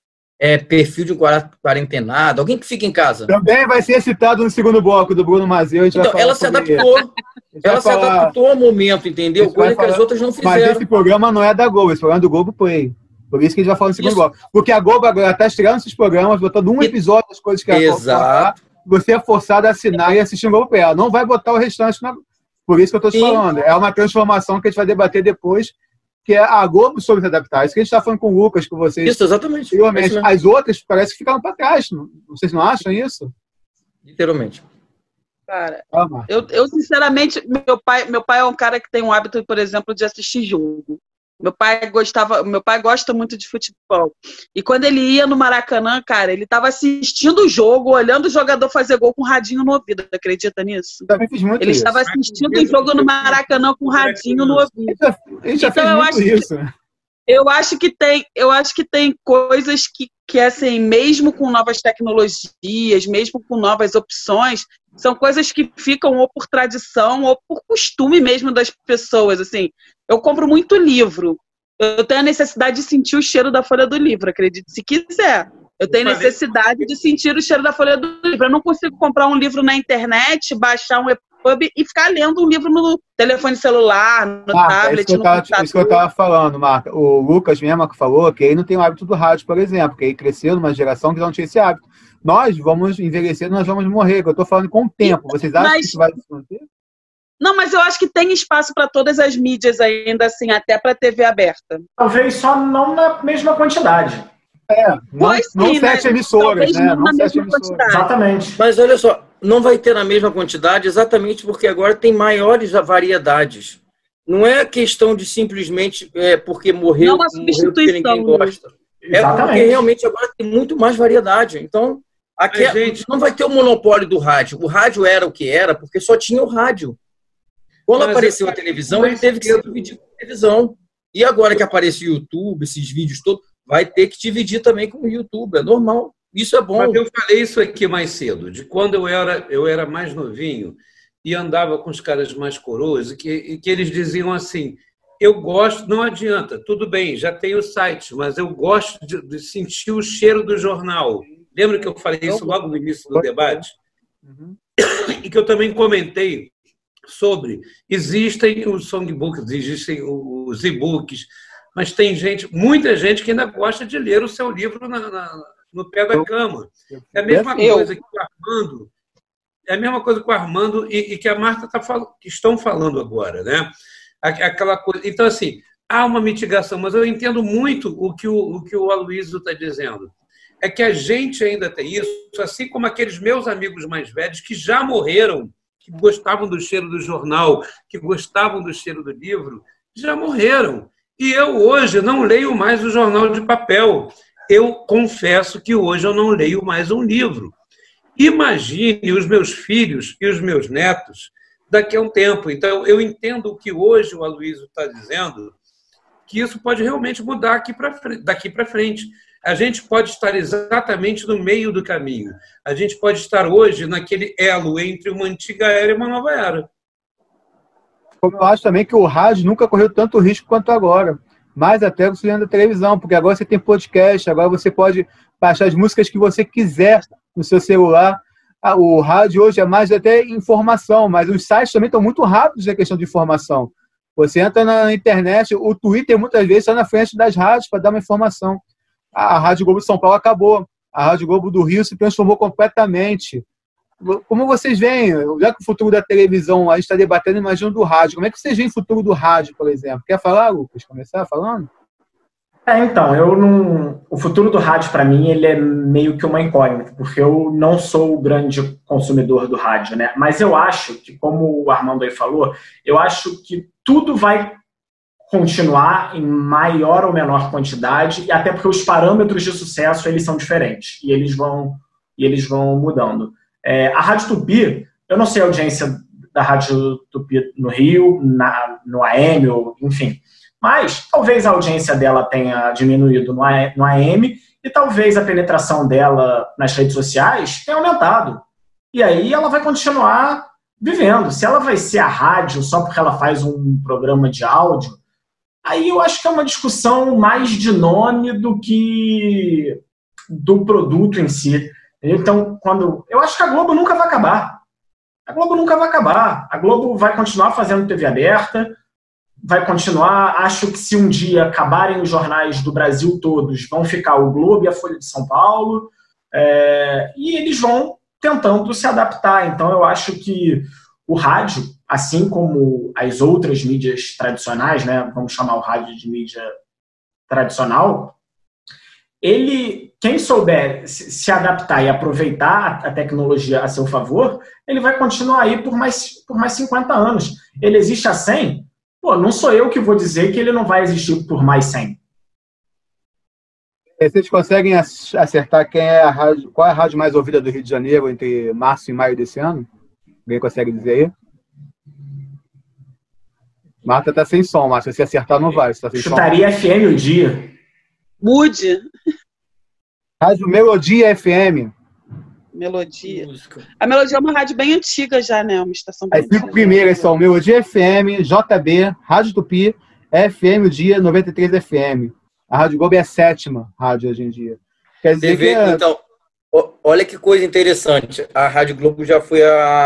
Perfil de um quarentenado. Alguém que fica em casa.
Também vai ser citado no segundo bloco do Bruno Mazeu.
Então, ela se adaptou. Ela se adaptou ao momento, entendeu? Coisa que as outras não fizeram.
Mas esse programa não é da Globo, esse programa é do Globo Play. Por isso que a gente vai falar no segundo bloco. Porque a Globo agora está estreando esses programas, botando um episódio das coisas que ela falar. Você é forçado a assinar e assistir o Globo Play. Ela não vai botar o restante na... Por isso que eu estou te falando. É uma transformação que a gente vai debater depois, que é a Globo soube se adaptar. Isso que a gente está falando com o Lucas, com vocês.
Isso, exatamente.
As outras parece que ficaram para trás. Vocês não acham isso?
Literalmente.
Cara, eu sinceramente, meu pai é um cara que tem um hábito, por exemplo, de assistir jogo. Meu pai gosta muito de futebol. E quando ele ia no Maracanã, cara, ele estava assistindo o jogo, olhando o jogador fazer gol com o radinho no ouvido. Acredita nisso?
Também fiz muito
ele
isso.
Estava assistindo o jogo no Maracanã com o radinho no ouvido.
Ele já fez muito isso.
Eu acho que tem coisas que, assim, mesmo com novas tecnologias, mesmo com novas opções, são coisas que ficam ou por tradição ou por costume mesmo das pessoas, assim. Eu compro muito livro. Eu tenho a necessidade de sentir o cheiro da folha do livro, acredite se quiser. Eu tenho necessidade de sentir o cheiro da folha do livro. Eu não consigo comprar um livro na internet, baixar um EPUB e ficar lendo um livro no telefone celular, no tablet, no computador.
Isso que eu estava falando, Marca. O Lucas mesmo que falou que ele não tem o hábito do rádio, por exemplo, que ele cresceu numa geração que não tinha esse hábito. Nós vamos envelhecer, nós vamos morrer, que eu estou falando com o tempo. Vocês acham que isso vai se manter?
Não, mas eu acho que tem espaço para todas as mídias ainda, assim, até para a TV aberta.
Talvez só não na mesma quantidade.
Não 7 emissoras, né?
Não 7 emissoras.
Exatamente.
Mas olha só, não vai ter na mesma quantidade exatamente porque agora tem maiores variedades. Não é questão de simplesmente porque morreu porque ninguém gosta.
Exatamente.
Porque realmente agora tem muito mais variedade. Então, aqui não vai ter o monopólio do rádio. O rádio era o que era porque só tinha o rádio. Quando apareceu a televisão, ele teve que se dividir com a televisão. E agora que apareceu o YouTube, esses vídeos todos, vai ter que dividir também com o YouTube. É normal. Isso é bom.
Mas eu falei isso aqui mais cedo, de quando eu era mais novinho e andava com os caras mais coroas, e que eles diziam assim, eu gosto, não adianta, tudo bem, já tem o site, mas eu gosto de sentir o cheiro do jornal. Lembra que eu falei isso logo no início do debate? E que eu também comentei sobre, existem os songbooks, existem os e-books, mas tem muita gente que ainda gosta de ler o seu livro no pé da cama. É a mesma coisa que o Armando, e que a Marta estão falando agora, né? Aquela coisa. Então, assim, há uma mitigação, mas eu entendo muito o que o Aloysio está dizendo. É que a gente ainda tem isso, assim como aqueles meus amigos mais velhos que já morreram, que gostavam do cheiro do jornal, que gostavam do cheiro do livro, já morreram. E eu hoje não leio mais o jornal de papel. Eu confesso que hoje eu não leio mais um livro. Imagine os meus filhos e os meus netos daqui a um tempo. Então, eu entendo o que hoje o Aloysio está dizendo, que isso pode realmente mudar daqui para frente. A gente pode estar exatamente no meio do caminho. A gente pode estar hoje naquele elo entre uma antiga era e uma nova era.
Eu acho também que o rádio nunca correu tanto risco quanto agora. Mais até você da televisão, porque agora você tem podcast, agora você pode baixar as músicas que você quiser no seu celular. O rádio hoje é mais até informação, mas os sites também estão muito rápidos na questão de informação. Você entra na internet, o Twitter muitas vezes está na frente das rádios para dar uma informação. A Rádio Globo de São Paulo acabou. A Rádio Globo do Rio se transformou completamente. Como vocês veem, já que o futuro da televisão a gente está debatendo, imagina do rádio. Como é que vocês veem o futuro do rádio, por exemplo? Quer falar, Lucas? Começar falando?
Então, o futuro do rádio, para mim, ele é meio que uma incógnita, porque eu não sou o grande consumidor do rádio, né? Mas eu acho que, como o Armando aí falou, eu acho que tudo vai continuar em maior ou menor quantidade, e até porque os parâmetros de sucesso eles são diferentes, e eles vão mudando. A Rádio Tupi Eu não sei a audiência da Rádio Tupi no Rio, no AM, ou, enfim. Mas talvez a audiência dela tenha diminuído no AM e talvez a penetração dela nas redes sociais tenha aumentado. E aí ela vai continuar vivendo. Se ela vai ser a rádio só porque ela faz um programa de áudio, aí eu acho que é uma discussão mais de nome do que do produto em si. Então, eu acho que a Globo nunca vai acabar. A Globo nunca vai acabar. A Globo vai continuar fazendo TV aberta, vai continuar. Acho que se um dia acabarem os jornais do Brasil todos, vão ficar o Globo e a Folha de São Paulo, e eles vão tentando se adaptar. Então, eu acho que o rádio, assim como as outras mídias tradicionais, né, vamos chamar o rádio de mídia tradicional, quem souber se adaptar e aproveitar a tecnologia a seu favor, ele vai continuar aí por mais 50 anos. Ele existe há 100? Não sou eu que vou dizer que ele não vai existir por mais 100.
Vocês conseguem acertar qual é a rádio mais ouvida do Rio de Janeiro entre março e maio desse ano? Alguém consegue dizer aí? Marta tá sem som, Marta. Se acertar, não vai. Tá sem
Chutaria
som.
FM o dia.
Mude.
Rádio Melodia FM.
Melodia. A Melodia é uma rádio bem antiga já, né? Uma estação bem
antiga. As 5 primeiras são Melodia FM, JB, Rádio Tupi, FM o Dia, 93 FM. A Rádio Globo é a 7ª rádio hoje em dia. Quer dizer
Então, olha que coisa interessante. A Rádio Globo já foi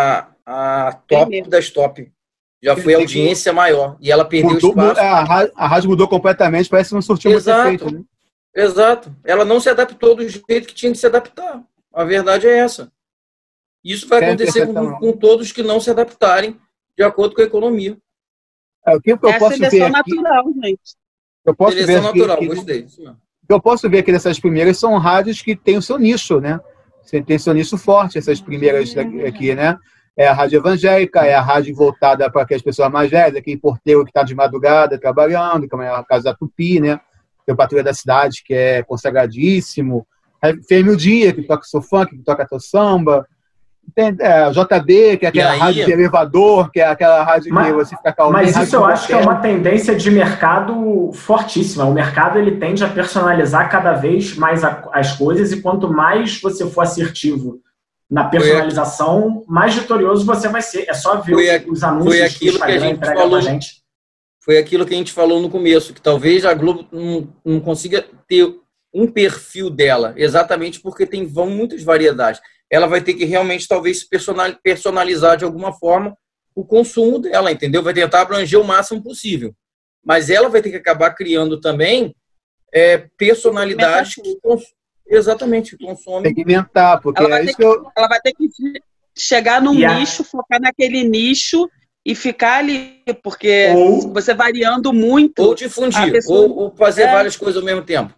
a top das top. Já foi a audiência maior. E ela perdeu espaço.
A rádio mudou completamente, parece que não surtiu muito efeito, né?
Exato. Ela não se adaptou do jeito que tinha que se adaptar. A verdade é essa. Isso vai acontecer com todos que não se adaptarem de acordo com a economia.
O que eu posso ver
seleção natural, gente.
Eu posso
seleção
ver
natural,
aqui,
gostei.
Eu posso ver que dessas primeiras são rádios que têm o seu nicho, né? Você tem seu nicho forte, essas primeiras aqui, né? É a rádio evangélica, é a rádio voltada para aquelas pessoas mais velhas, aquele porteiro que está de madrugada trabalhando, como é o caso da Tupi, né? Tem o Patrulha da Cidade, que é consagradíssimo. FM o Dia, que toca seu funk, que toca seu samba. Tem a JB, que é aquela rádio de elevador, que é aquela rádio que você fica calmo.
Mas isso eu acho que é uma tendência de mercado fortíssima. O mercado ele tende a personalizar cada vez mais as coisas, e quanto mais você for assertivo na personalização, mais vitorioso você vai ser. É só ver os anúncios que o Instagram entrega pra gente.
Foi aquilo que a gente falou no começo, que talvez a Globo não consiga ter um perfil dela, exatamente porque vão muitas variedades. Ela vai ter que realmente, talvez, personalizar de alguma forma o consumo dela, entendeu? Vai tentar abranger o máximo possível. Mas ela vai ter que acabar criando também personalidades que exatamente consomem.
Segmentar, porque
ela vai ter que chegar num nicho, focar naquele nicho e ficar ali, porque você variando muito...
Ou difundir, ou fazer várias coisas ao mesmo tempo.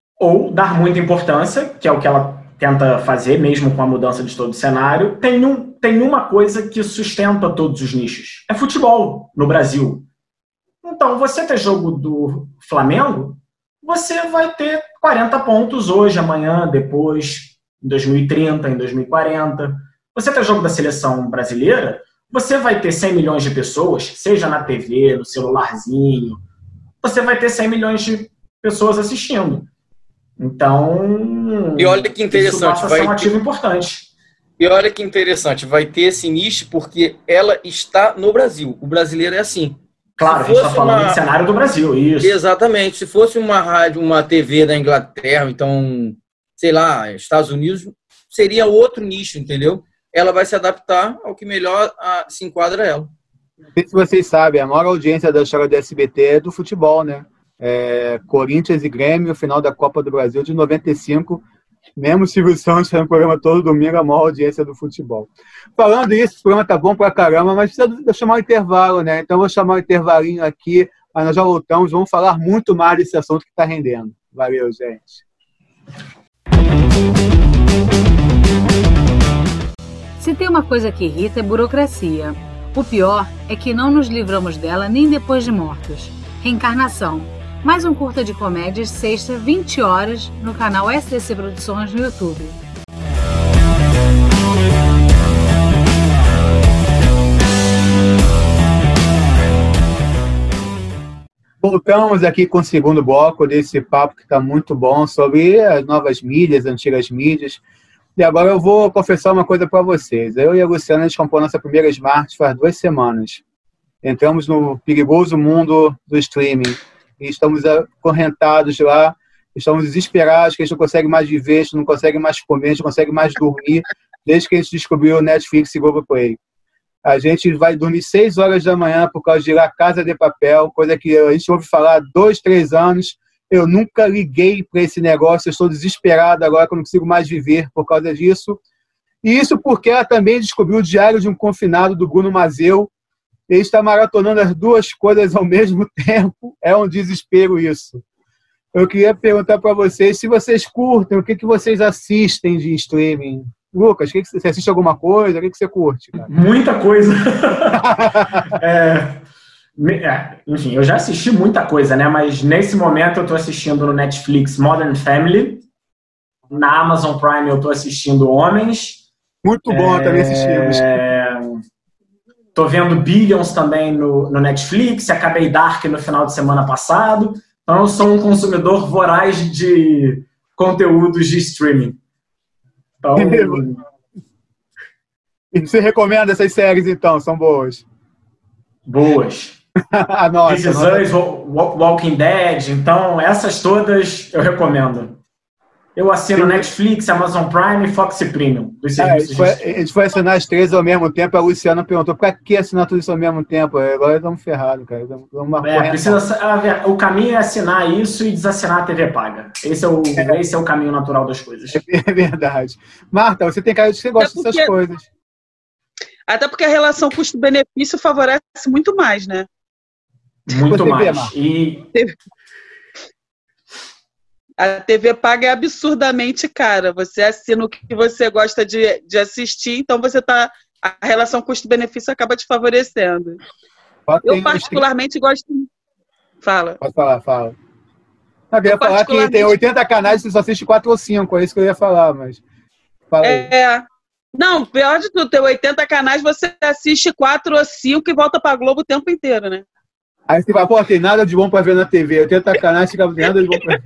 Ou dar muita importância, que é o que ela tenta fazer, mesmo com a mudança de todo o cenário. Tem uma coisa que sustenta todos os nichos. É futebol no Brasil. Então, você ter jogo do Flamengo, você vai ter 40 pontos hoje, amanhã, depois, em 2030, em 2040. Você ter jogo da seleção brasileira, você vai ter 100 milhões de pessoas, seja na TV, no celularzinho, você vai ter 100 milhões de pessoas assistindo. Então,
e olha que interessante,
isso passa a ser um ativo importante.
E olha que interessante, vai ter esse nicho porque ela está no Brasil. O brasileiro é assim.
Claro, a gente está falando do cenário do Brasil, isso.
Exatamente. Se fosse uma rádio, uma TV da Inglaterra, então, sei lá, Estados Unidos, seria outro nicho, entendeu? Ela vai se adaptar ao que melhor se enquadra a ela.
Não sei se vocês sabem, a maior audiência da história do SBT é do futebol, né? Corinthians e Grêmio, final da Copa do Brasil de 95. Mesmo o Silvio Santos fazendo programa todo domingo, a maior audiência do futebol. Falando isso, o programa tá bom pra caramba, mas precisa chamar um intervalo, né? Então eu vou chamar um intervalinho aqui, mas nós já voltamos, vamos falar muito mais desse assunto que tá rendendo. Valeu, gente.
Se tem uma coisa que irrita é burocracia. O pior é que não nos livramos dela nem depois de mortos. Reencarnação. Mais um curta de comédias, sexta, 20 horas, no canal SDC Produções no YouTube.
Voltamos aqui com o segundo bloco desse papo que está muito bom sobre as novas mídias, as antigas mídias. E agora eu vou confessar uma coisa para vocês. Eu e a Luciana, a gente comprou nossa primeira Smart faz 2 semanas. Entramos no perigoso mundo do streaming e estamos acorrentados lá, estamos desesperados, que a gente não consegue mais viver, a gente não consegue mais comer, a gente não consegue mais dormir, desde que a gente descobriu o Netflix e Globoplay. A gente vai dormir 6 horas da manhã por causa de La Casa de Papel, coisa que a gente ouve falar há 2, 3 anos. Eu nunca liguei para esse negócio, eu estou desesperado agora que eu não consigo mais viver por causa disso. E isso porque ela também descobriu o Diário de um Confinado, do Bruno Mazzeo. Ele está maratonando as 2 coisas ao mesmo tempo. É um desespero isso. Eu queria perguntar para vocês se vocês curtem, o que vocês assistem de streaming. Lucas, você assiste alguma coisa? O que você curte, cara?
Muita coisa. Enfim, eu já assisti muita coisa, né? Mas nesse momento eu estou assistindo no Netflix Modern Family. Na Amazon Prime eu estou assistindo Homens.
Muito bom, também assistimos.
Estou vendo Billions também no Netflix. Acabei Dark no final de semana passado. Então eu sou um consumidor voraz de conteúdos de streaming. Então...
E você recomenda essas séries, então? São boas?
Boas. This Is Us, Walking Dead. Então, essas todas eu recomendo. Eu assino Netflix, Amazon Prime e Fox Premium.
A gente foi assinar as 3 ao mesmo tempo. A Luciana perguntou, pra que assinar tudo isso ao mesmo tempo? Agora estamos ferrados, cara.
O caminho é assinar isso e desassinar a TV paga. Esse é o caminho natural das coisas.
É verdade. Marta, você tem cara de que você gosta dessas coisas.
Até porque a relação custo-benefício favorece muito mais, né?
Muito mais.
A TV paga é absurdamente cara. Você assina o que você gosta de assistir, então a relação custo-benefício acaba te favorecendo. Eu particularmente gosto... Fala.
Pode falar, fala. Eu ia falar que tem 80 canais e você só assiste 4 ou 5, é isso que eu ia falar, mas... Fala aí.
Não, pior de tudo, tem 80 canais, você assiste 4 ou 5 e volta pra Globo o tempo inteiro, né?
Aí você fala, pô, tem nada de bom pra ver na TV. 80 canais, fica nada de bom pra ver.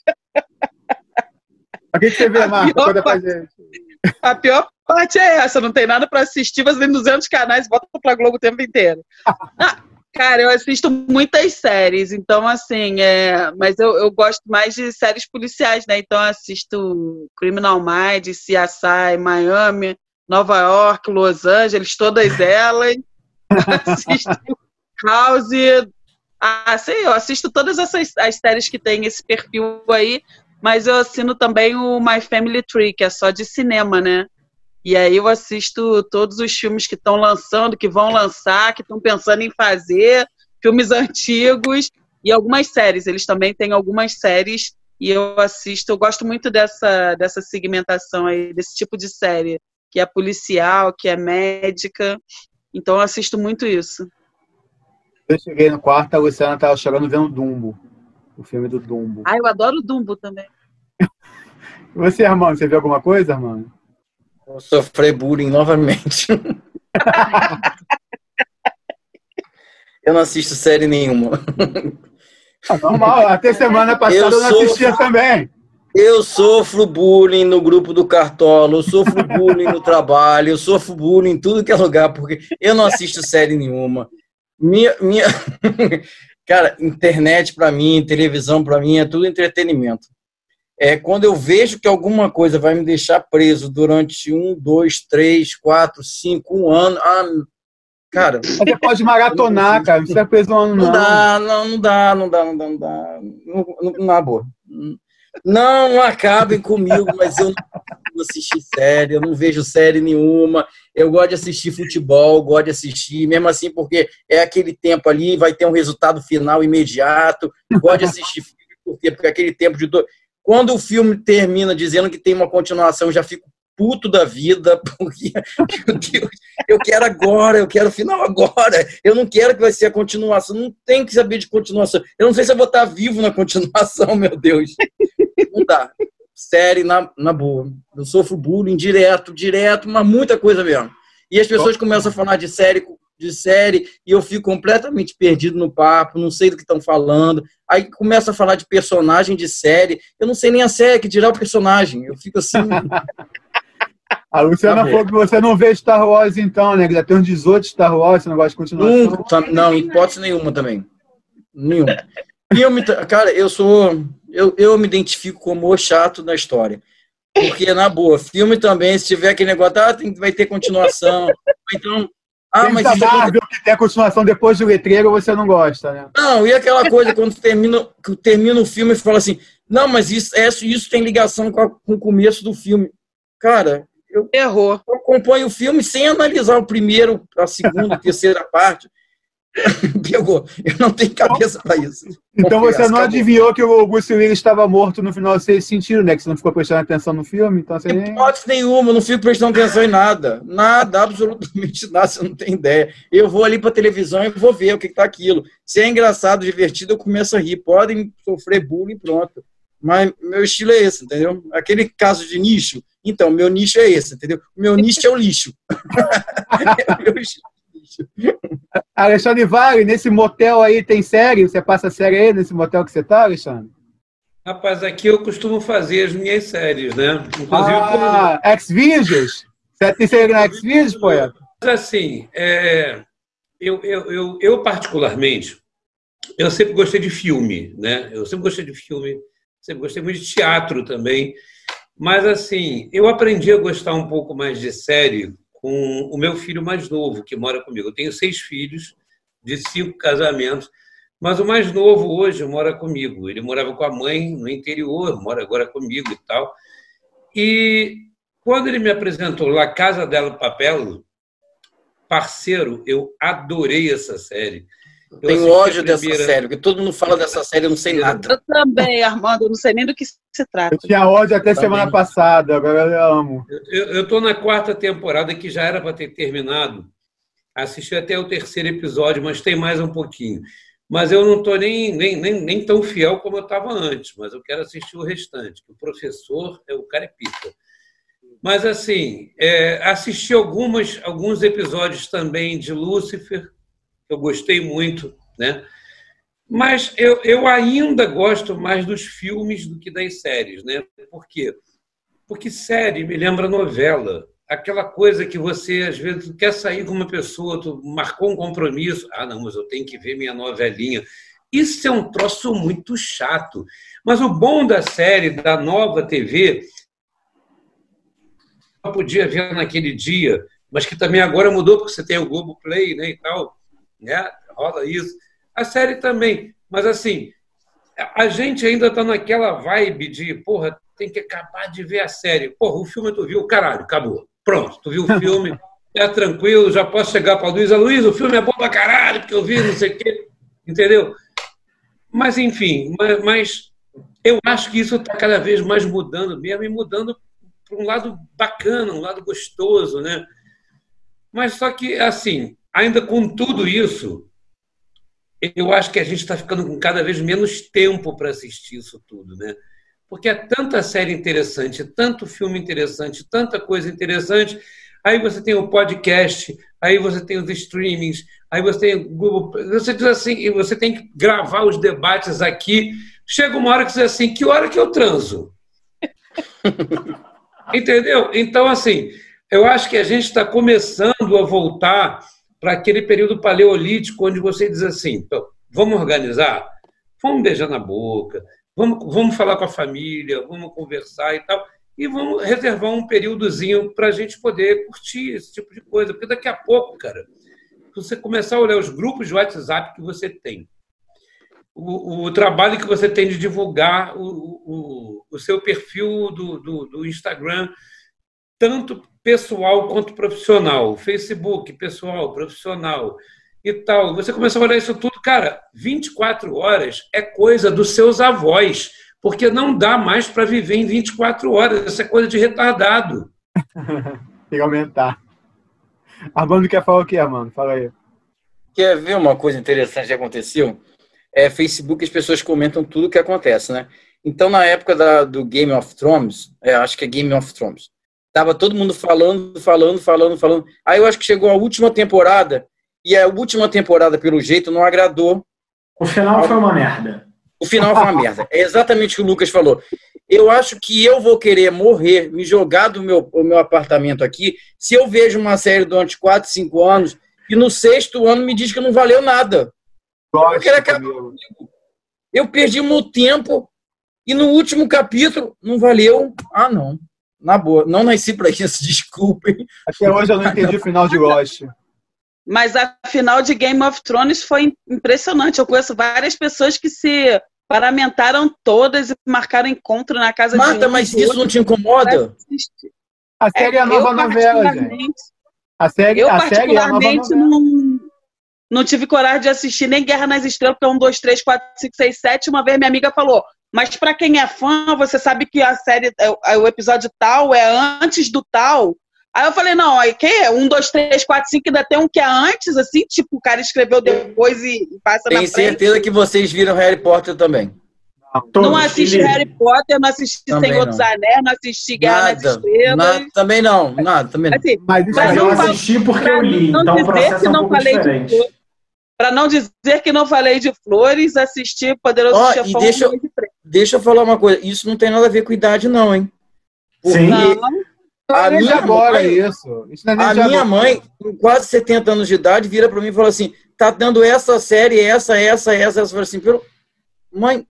O que você vê, Marco? Conta pra gente.
A pior parte é essa, não tem nada pra assistir, você tem 200 canais e volta pra Globo o tempo inteiro. Cara, eu assisto muitas séries, então assim, mas eu gosto mais de séries policiais, né? Então eu assisto Criminal Minds, CSI, Miami, Nova York, Los Angeles, todas elas. Assisto House. Eu assisto todas as séries que tem esse perfil aí, mas eu assino também o My Family Tree, que é só de cinema, né? E aí eu assisto todos os filmes que estão lançando, que vão lançar, que estão pensando em fazer, filmes antigos e algumas séries. Eles também têm algumas séries e eu assisto. Eu gosto muito dessa segmentação aí, desse tipo de série, que é policial, que é médica. Então eu assisto muito isso.
Eu cheguei no quarto, a Luciana estava chorando vendo Dumbo, o filme do Dumbo.
Eu adoro Dumbo também.
Você, Armando, você viu alguma coisa, Armando?
Vou sofrer bullying novamente. Eu não assisto série nenhuma.
Normal, até semana passada eu não assistia também.
Eu sofro bullying no grupo do Cartola, eu sofro bullying no trabalho, eu sofro bullying em tudo que é lugar, porque eu não assisto série nenhuma. Cara, internet pra mim, televisão pra mim é tudo entretenimento. Quando eu vejo que alguma coisa vai me deixar preso durante 1, 2, 3, 4, 5, 1 ano, cara...
Você pode maratonar, cara, não precisa preso um ano, não.
Não dá. Na boa. Não acabem comigo, mas eu não assisti série, eu não vejo série nenhuma. Eu gosto de assistir futebol, gosto de assistir, mesmo assim, porque é aquele tempo ali, vai ter um resultado final imediato. Gosto de assistir filme, porque aquele tempo de... Quando o filme termina dizendo que tem uma continuação, eu já fico puto da vida, porque eu quero agora, eu quero o final agora. Eu não quero que vai ser a continuação, não tem que saber de continuação. Eu não sei se eu vou estar vivo na continuação, meu Deus. Não dá. Série, na boa. Eu sofro bullying direto, mas muita coisa mesmo. E as pessoas começam a falar de série de série e eu fico completamente perdido no papo, não sei do que estão falando. Aí começa a falar de personagem de série, eu não sei nem a série, que dirá o personagem. Eu fico assim...
A Luciana falou que você não vê Star Wars então, né? Que já tem uns 18 Star Wars, você não gosta de continuação.
Não, hipótese nenhuma também. Nenhuma. Cara, eu me identifico como o chato da história. Porque, na boa, filme também, se tiver aquele negócio, vai ter continuação. Então,
mas isso Marvel que tem a continuação depois do letreiro, você não gosta, né?
Não, e aquela coisa, quando termina o filme e fala assim, não, mas isso tem ligação com o começo do filme. Cara, eu acompanho o filme sem analisar o primeiro, a segunda, a terceira parte. Pegou. Eu não tenho cabeça para isso.
Então você não adivinhou que o Bruce Willis estava morto no final, você sentiu, né? Que você não ficou prestando atenção no filme. Então você nem...
Hipótese nenhuma, eu não fico prestando atenção em nada. Nada, absolutamente nada, você não tem ideia. Eu vou ali para a televisão e vou ver o que está aquilo. Se é engraçado, divertido, eu começo a rir. Podem sofrer bullying, pronto. Mas meu estilo é esse, entendeu? Aquele caso de nicho, então, meu nicho é esse, entendeu? O meu nicho é o lixo. Meu estilo.
Alexandre Vale, nesse motel aí tem série? Você passa série aí nesse motel que você tá, Alexandre?
Rapaz, aqui eu costumo fazer as minhas séries, né?
Inclusive Xvideos? Você tem série na Xvideos, poeta?
Mas assim, eu particularmente, eu sempre gostei de filme, né? Eu sempre gostei de filme, sempre gostei muito de teatro também. Mas assim, eu aprendi a gostar um pouco mais de série com o meu filho mais novo, que mora comigo. Eu tenho 6 filhos, de 5 casamentos, mas o mais novo hoje mora comigo. Ele morava com a mãe no interior, mora agora comigo e tal. E quando ele me apresentou La Casa de Papel, parceiro, eu adorei essa série.
Eu tenho ódio dessa série, porque todo mundo fala dessa série, eu não sei nada.
Eu também, Armando, eu não sei nem do que se trata.
Eu tinha ódio até semana passada, agora eu amo.
Eu estou na 4ª temporada, que já era para ter terminado. Assisti até o 3º episódio, mas tem mais um pouquinho. Mas eu não estou nem tão fiel como eu estava antes, mas eu quero assistir o restante. O professor, o cara é pica. Mas, assim, assisti alguns episódios também de Lúcifer, eu gostei muito, né? Mas eu ainda gosto mais dos filmes do que das séries, né? Por quê? Porque série me lembra novela. Aquela coisa que você, às vezes, quer sair com uma pessoa, tu marcou um compromisso. Ah, não, mas eu tenho que ver minha novelinha. Isso é um troço muito chato. Mas o bom da série, da nova TV, eu podia ver naquele dia, mas que também agora mudou, porque você tem o Globoplay, né, e tal, né? Rola isso. A série também. Mas, assim, a gente ainda está naquela vibe de, porra, tem que acabar de ver a série. Porra, o filme tu viu, caralho, acabou. Pronto, tu viu o filme, é tranquilo, já posso chegar para a Luísa. Luísa, o filme é bom pra caralho, porque eu vi, não sei o quê. Entendeu? Mas, enfim, mas eu acho que isso está cada vez mais mudando mesmo, e mudando para um lado bacana, um lado gostoso, né? Mas só que, assim, ainda com tudo isso, eu acho que a gente está ficando com cada vez menos tempo para assistir isso tudo, né? Porque é tanta série interessante, tanto filme interessante, tanta coisa interessante. Aí você tem o podcast, aí você tem os streamings, aí você tem o Google. Você diz assim, e você tem que gravar os debates aqui. Chega uma hora que você diz assim, que hora que eu transo? Entendeu? Então, assim, eu acho que a gente está começando a voltar para aquele período paleolítico, onde você diz assim, vamos organizar? Vamos beijar na boca, vamos falar com a família, vamos conversar e tal, e vamos reservar um períodozinho para a gente poder curtir esse tipo de coisa, porque daqui a pouco, cara, você começar a olhar os grupos de WhatsApp que você tem, o trabalho que você tem de divulgar o seu perfil do Instagram, tanto pessoal quanto profissional, Facebook, pessoal, profissional e tal. Você começa a olhar isso tudo, cara, 24 horas é coisa dos seus avós, porque não dá mais para viver em 24 horas. Isso é coisa de retardado.
Tem que aumentar. Armando quer falar o quê, Armando? Fala aí.
Quer ver uma coisa interessante que aconteceu? Facebook, as pessoas comentam tudo o que acontece, né? Então, na época do Game of Thrones, acho que é Game of Thrones, tava todo mundo falando. Aí eu acho que chegou a última temporada, E a última temporada, pelo jeito, não agradou.
O final foi uma merda.
O final foi uma merda. É exatamente o que o Lucas falou. Eu acho que eu vou querer morrer, me jogar do meu apartamento aqui, se eu vejo uma série durante 4, 5 anos e no 6º ano me diz que não valeu nada. Eu quero acabar comigo. Eu perdi o meu tempo e no último capítulo não valeu. Ah, não. Na boa. Não nasci pra isso, desculpem.
Até hoje eu não entendi o final de Lost.
Mas a final de Game of Thrones foi impressionante. Eu conheço várias pessoas que se paramentaram todas e marcaram encontro na casa de
Marta, mas isso não te incomoda?
A série é a nova novela, gente. A série é a nova novela.
Não tive coragem de assistir nem Guerra nas Estrelas, porque é 1, 2, 3, 4, 5, 6, 7. Uma vez minha amiga falou, mas pra quem é fã, você sabe que a série, o episódio tal é antes do tal. Aí eu falei, não, aí que é? 1, 2, 3, 4, 5, ainda tem um que é antes, assim, tipo, o cara escreveu depois e passa na frente.
Tenho certeza que vocês viram Harry Potter também.
Não assisti Harry Potter, não assisti Senhor dos Anéis, não assisti Guerra nas Estrelas.
Também não.
Assim,
mas eu assisti porque eu li, então o processo é um pouco diferente.
Para não dizer que não falei de flores, assisti Poderoso Chefão.
Deixa eu falar uma coisa, isso não tem nada a ver com idade não, hein?
Sim.
A minha
mãe, com quase 70 anos de idade, vira para mim e fala assim, tá dando essa série, essa. Eu falo assim, mãe,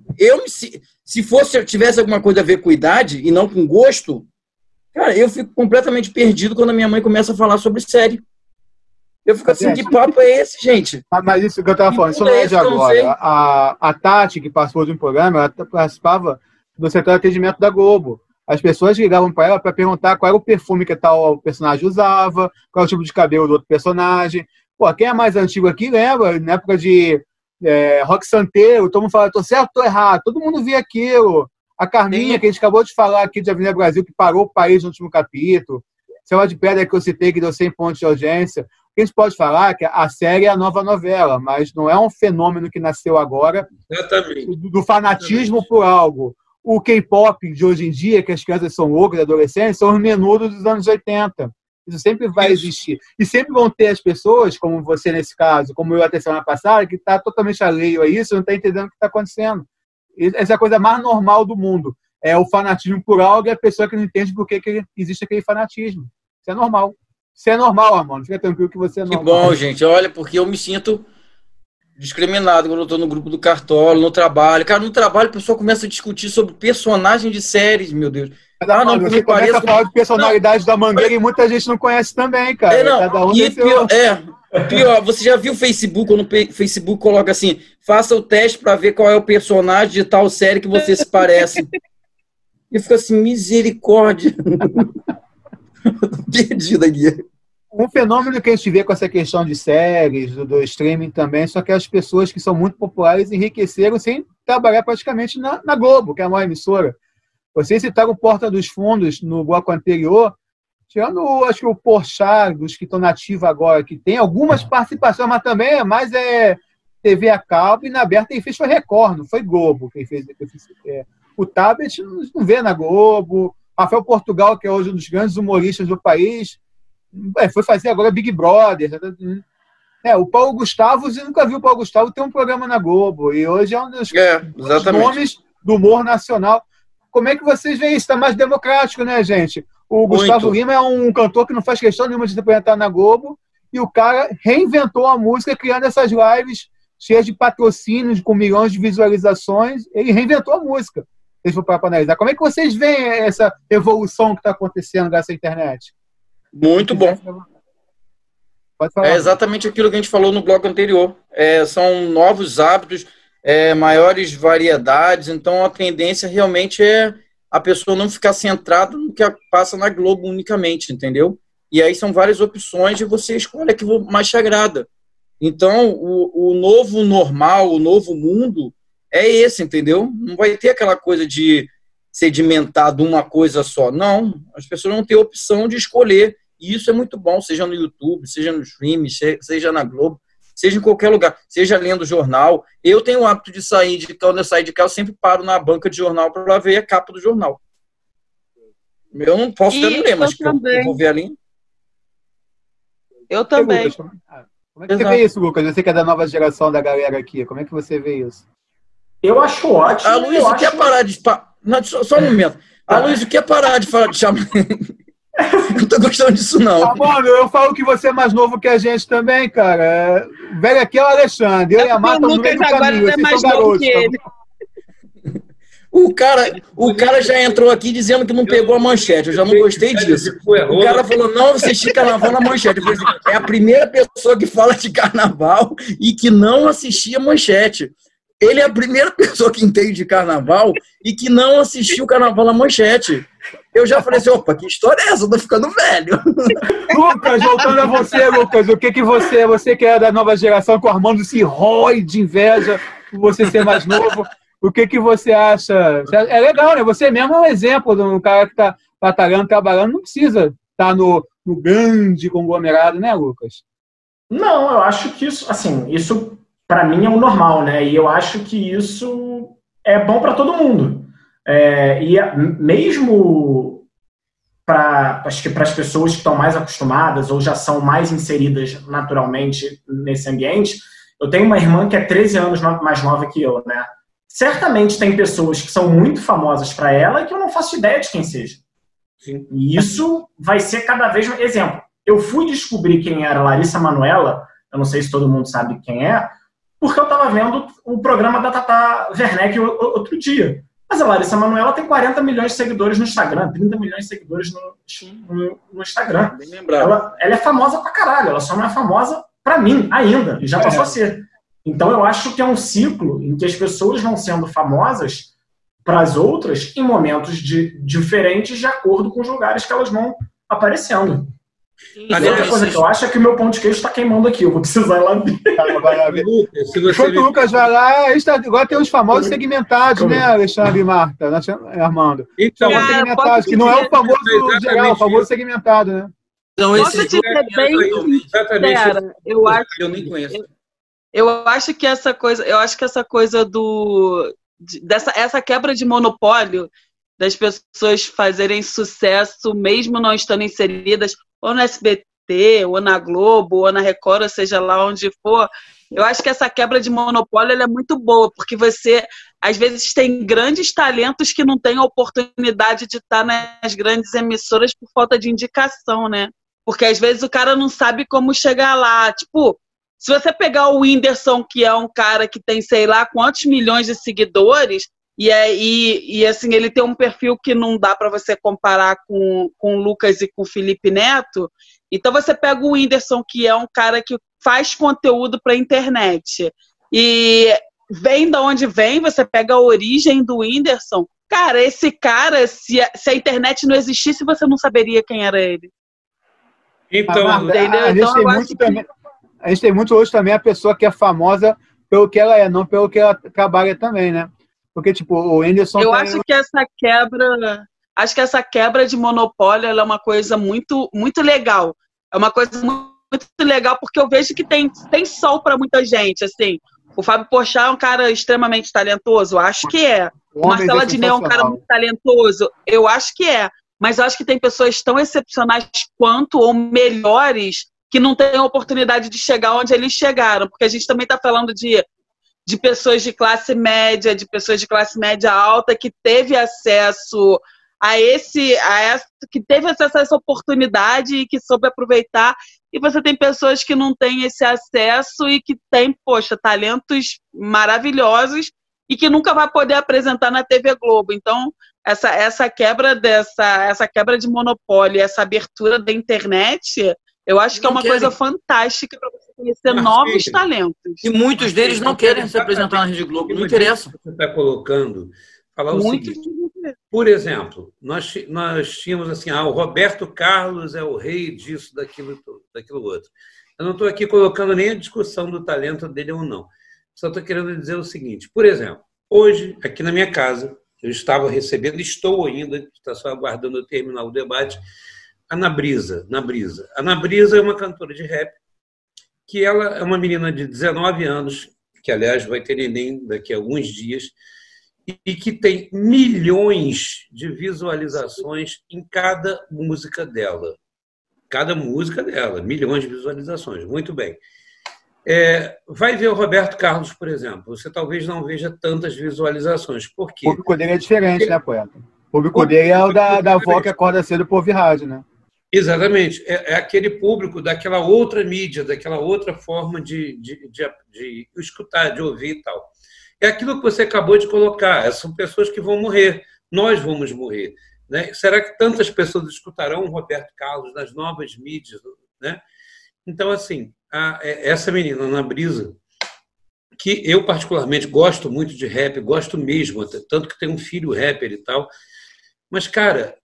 se eu tivesse alguma coisa a ver com idade e não com gosto, cara, eu fico completamente perdido quando a minha mãe começa a falar sobre série. Eu fico assim, que papo é esse, gente?
Mas isso que eu estava falando, isso não é de agora. A Tati, que participou de um programa, ela participava do setor de atendimento da Globo. As pessoas ligavam para ela para perguntar qual era o perfume que tal personagem usava, qual é o tipo de cabelo do outro personagem. Pô, quem é mais antigo aqui lembra, na época de Rock Santeiro, todo mundo fala, tô certo ou tô errado? Todo mundo via aquilo. A Carminha, que a gente acabou de falar aqui de Avenida Brasil, que parou o país no último capítulo. Selva de Pedra, que eu citei, que deu 100 pontos de audiência. O que a gente pode falar é que a série é a nova novela, mas não é um fenômeno que nasceu agora do fanatismo por algo. O K-pop de hoje em dia, que as crianças são loucas, adolescentes, são os menudos dos anos 80. Isso sempre vai existir. E sempre vão ter as pessoas, como você nesse caso, como eu até semana passada, que está totalmente alheio a isso, não está entendendo o que está acontecendo. Essa é a coisa mais normal do mundo. É o fanatismo por algo e a pessoa que não entende por que existe aquele fanatismo. Isso é normal. Isso é normal, Armando. Fica tranquilo que você é normal.
Que bom, gente. Olha, porque eu me sinto discriminado quando eu estou no grupo do Cartola, no trabalho. Cara, no trabalho o pessoal começa a discutir sobre personagem de séries, meu Deus.
Não, você começa a falar de personalidade da Mangueira e muita gente não conhece também, cara.
Pior, você já viu o Facebook, quando o Facebook coloca assim, faça o teste para ver qual é o personagem de tal série que você se parece. E fica assim, misericórdia. Perdido aqui.
Um fenômeno que a gente vê com essa questão de séries, do streaming também, só que as pessoas que são muito populares enriqueceram sem trabalhar praticamente na Globo, que é a maior emissora. Vocês citaram o Porta dos Fundos no bloco anterior, tirando, acho que o Porchat, dos que estão nativos agora, que tem algumas participações, mas também mais TV a cabo, e na aberta quem fez foi Record, não foi Globo quem fez. O Tabet não vê na Globo. Rafael Portugal, que é hoje um dos grandes humoristas do país, foi fazer agora Big Brother. O Paulo Gustavo, você nunca viu o Paulo Gustavo, tem um programa na Globo, e hoje é um dos nomes do humor nacional. Como é que vocês veem isso? Está mais democrático, né, gente? O Gustavo Lima é um cantor que não faz questão nenhuma de se apresentar na Globo, e o cara reinventou a música criando essas lives cheias de patrocínios, com milhões de visualizações. Ele reinventou a música. Vocês vão para analisar. Como é que vocês veem essa evolução que está acontecendo nessa internet?
Muito bom.
Pode falar.
É exatamente aquilo que a gente falou no bloco anterior. São novos hábitos, maiores variedades, então a tendência realmente é a pessoa não ficar centrada no que passa na Globo unicamente, entendeu? E aí são várias opções e você escolhe a que mais te agrada. Então, o novo normal, o novo mundo é esse, entendeu? Não vai ter aquela coisa de sedimentado uma coisa só. Não, as pessoas vão ter a opção de escolher. E isso é muito bom, seja no YouTube, seja no stream, seja na Globo, seja em qualquer lugar, seja lendo jornal. Eu tenho o hábito de quando eu saio de casa, eu sempre paro na banca de jornal para ver a capa do jornal. Eu não posso ter ler, mas eu vou ver ali.
Eu também.
Como é que você vê isso, Lucas? Você que é da nova geração da galera aqui, como é que você vê isso?
Eu acho ótimo.
A Luísa quer parar de... Não, só um momento. A Luísa quer parar de chamar... Não tô gostando disso, não.
Ah, mano, eu falo que você é mais novo que a gente também, cara. O velho aqui é o Alexandre. Eu e a Marta no meio do caminho. Vocês
mais
são
novo
garotos.
que ele.
O cara já entrou aqui dizendo que não pegou a manchete. Eu já não gostei disso. O cara falou, não assisti carnaval na manchete. Eu falei assim, é a primeira pessoa que fala de carnaval e que não assistia manchete. Ele é a primeira pessoa que entende de carnaval e que não assistiu o carnaval na manchete. Eu já falei assim, opa, que história é essa? Eu tô ficando velho.
Lucas, voltando a você, Lucas, o que você que é da nova geração, que o Armando se rói de inveja por você ser mais novo, o que você acha? É legal, né? Você mesmo é um exemplo de um cara que tá batalhando, trabalhando, não precisa estar no grande conglomerado, né, Lucas?
Não, eu acho que isso, assim, isso para mim é o normal, né? E eu acho que isso é bom para todo mundo. Mesmo acho que para as pessoas que estão mais acostumadas ou já são mais inseridas naturalmente nesse ambiente, eu tenho uma irmã que é 13 anos mais nova que eu, né? Certamente tem pessoas que são muito famosas para ela e que eu não faço ideia de quem seja.
Sim.
E isso vai ser cada vez mais... Exemplo, eu fui descobrir quem era Larissa Manoela, eu não sei se todo mundo sabe quem é, porque eu estava vendo o programa da Tata Werneck outro dia. Mas a Larissa Manoela tem 40 milhões de seguidores no Instagram, 30 milhões de seguidores no Instagram. Ela é famosa pra caralho, ela só não é famosa pra mim ainda, e já passou a ser. Então eu acho que é um ciclo em que as pessoas vão sendo famosas para as outras em momentos diferentes de acordo com os lugares que elas vão aparecendo. E outra coisa que eu acho é que o meu pão de queijo está queimando aqui. Eu vou precisar ir lá ver.
Enquanto o Lucas vai lá, agora tem os famosos segmentados, né, Alexandre e Marta, Armando?
Então,
segmentados, que não é o famoso geral, o famoso segmentado, né?
Então, posso te ser bem sincera? Eu nem conheço. Eu acho que essa coisa essa quebra de monopólio das pessoas fazerem sucesso mesmo não estando inseridas ou no SBT, ou na Globo, ou na Record, ou seja lá onde for, eu acho que essa quebra de monopólio ela é muito boa, porque você, às vezes, tem grandes talentos que não têm a oportunidade de estar nas grandes emissoras por falta de indicação, né? Porque, às vezes, o cara não sabe como chegar lá. Tipo, se você pegar o Whindersson, que é um cara que tem, sei lá, quantos milhões de seguidores, e assim, ele tem um perfil que não dá para você comparar com o Lucas e com o Felipe Neto. Então você pega o Whindersson, que é um cara que faz conteúdo para a internet, e vem da onde vem, você pega a origem do Whindersson. Cara, esse cara, se a internet não existisse, você não saberia quem era ele.
Então,
entendeu? A gente tem muito hoje também a pessoa que é famosa pelo que ela é, não pelo que ela trabalha também, né? Porque, tipo, o Whindersson...
Eu acho que essa quebra de monopólio ela é uma coisa muito, muito legal. É uma coisa muito legal porque eu vejo que tem sol para muita gente, assim. O Fábio Porchat é um cara extremamente talentoso, eu acho que é. O Marcelo Adnet é um cara muito talentoso, eu acho que é. Mas eu acho que tem pessoas tão excepcionais quanto ou melhores que não têm a oportunidade de chegar onde eles chegaram. Porque a gente também está falando de pessoas de classe média, de pessoas de classe média alta que teve acesso que teve acesso a essa oportunidade e que soube aproveitar. E você tem pessoas que não têm esse acesso e que têm, talentos maravilhosos e que nunca vai poder apresentar na TV Globo. Então, essa quebra de monopólio, essa abertura da internet, eu acho que é uma coisa fantástica para você conhecer novos talentos.
E muitos deles não querem se apresentar na Rede Globo, não interessa.
Você está colocando, falar o seguinte, por exemplo, nós tínhamos assim, o Roberto Carlos é o rei disso, daquilo outro. Eu não estou aqui colocando nem a discussão do talento dele ou não. Só estou querendo dizer o seguinte, por exemplo, hoje, aqui na minha casa, eu estava recebendo, estou ainda, está só aguardando eu terminar o debate, a Na Brisa. A Na Brisa é uma cantora de rap, que ela é uma menina de 19 anos, que, aliás, vai ter neném daqui a alguns dias, e que tem milhões de visualizações em cada música dela. Cada música dela, milhões de visualizações. Muito bem. Vai ver o Roberto Carlos, por exemplo. Você talvez não veja tantas visualizações. Por quê?
O público dele é diferente, né, poeta? O público dele é o da avó que acorda cedo por ouvir rádio, né?
Exatamente. É aquele público daquela outra mídia, daquela outra forma de escutar, de ouvir e tal. É aquilo que você acabou de colocar. São pessoas que vão morrer. Nós vamos morrer. Né? Será que tantas pessoas escutarão o Roberto Carlos nas novas mídias? Né? Então, assim, essa menina, Ana Brisa, que eu particularmente gosto muito de rap, gosto mesmo, tanto que tem um filho rapper e tal. Mas, cara,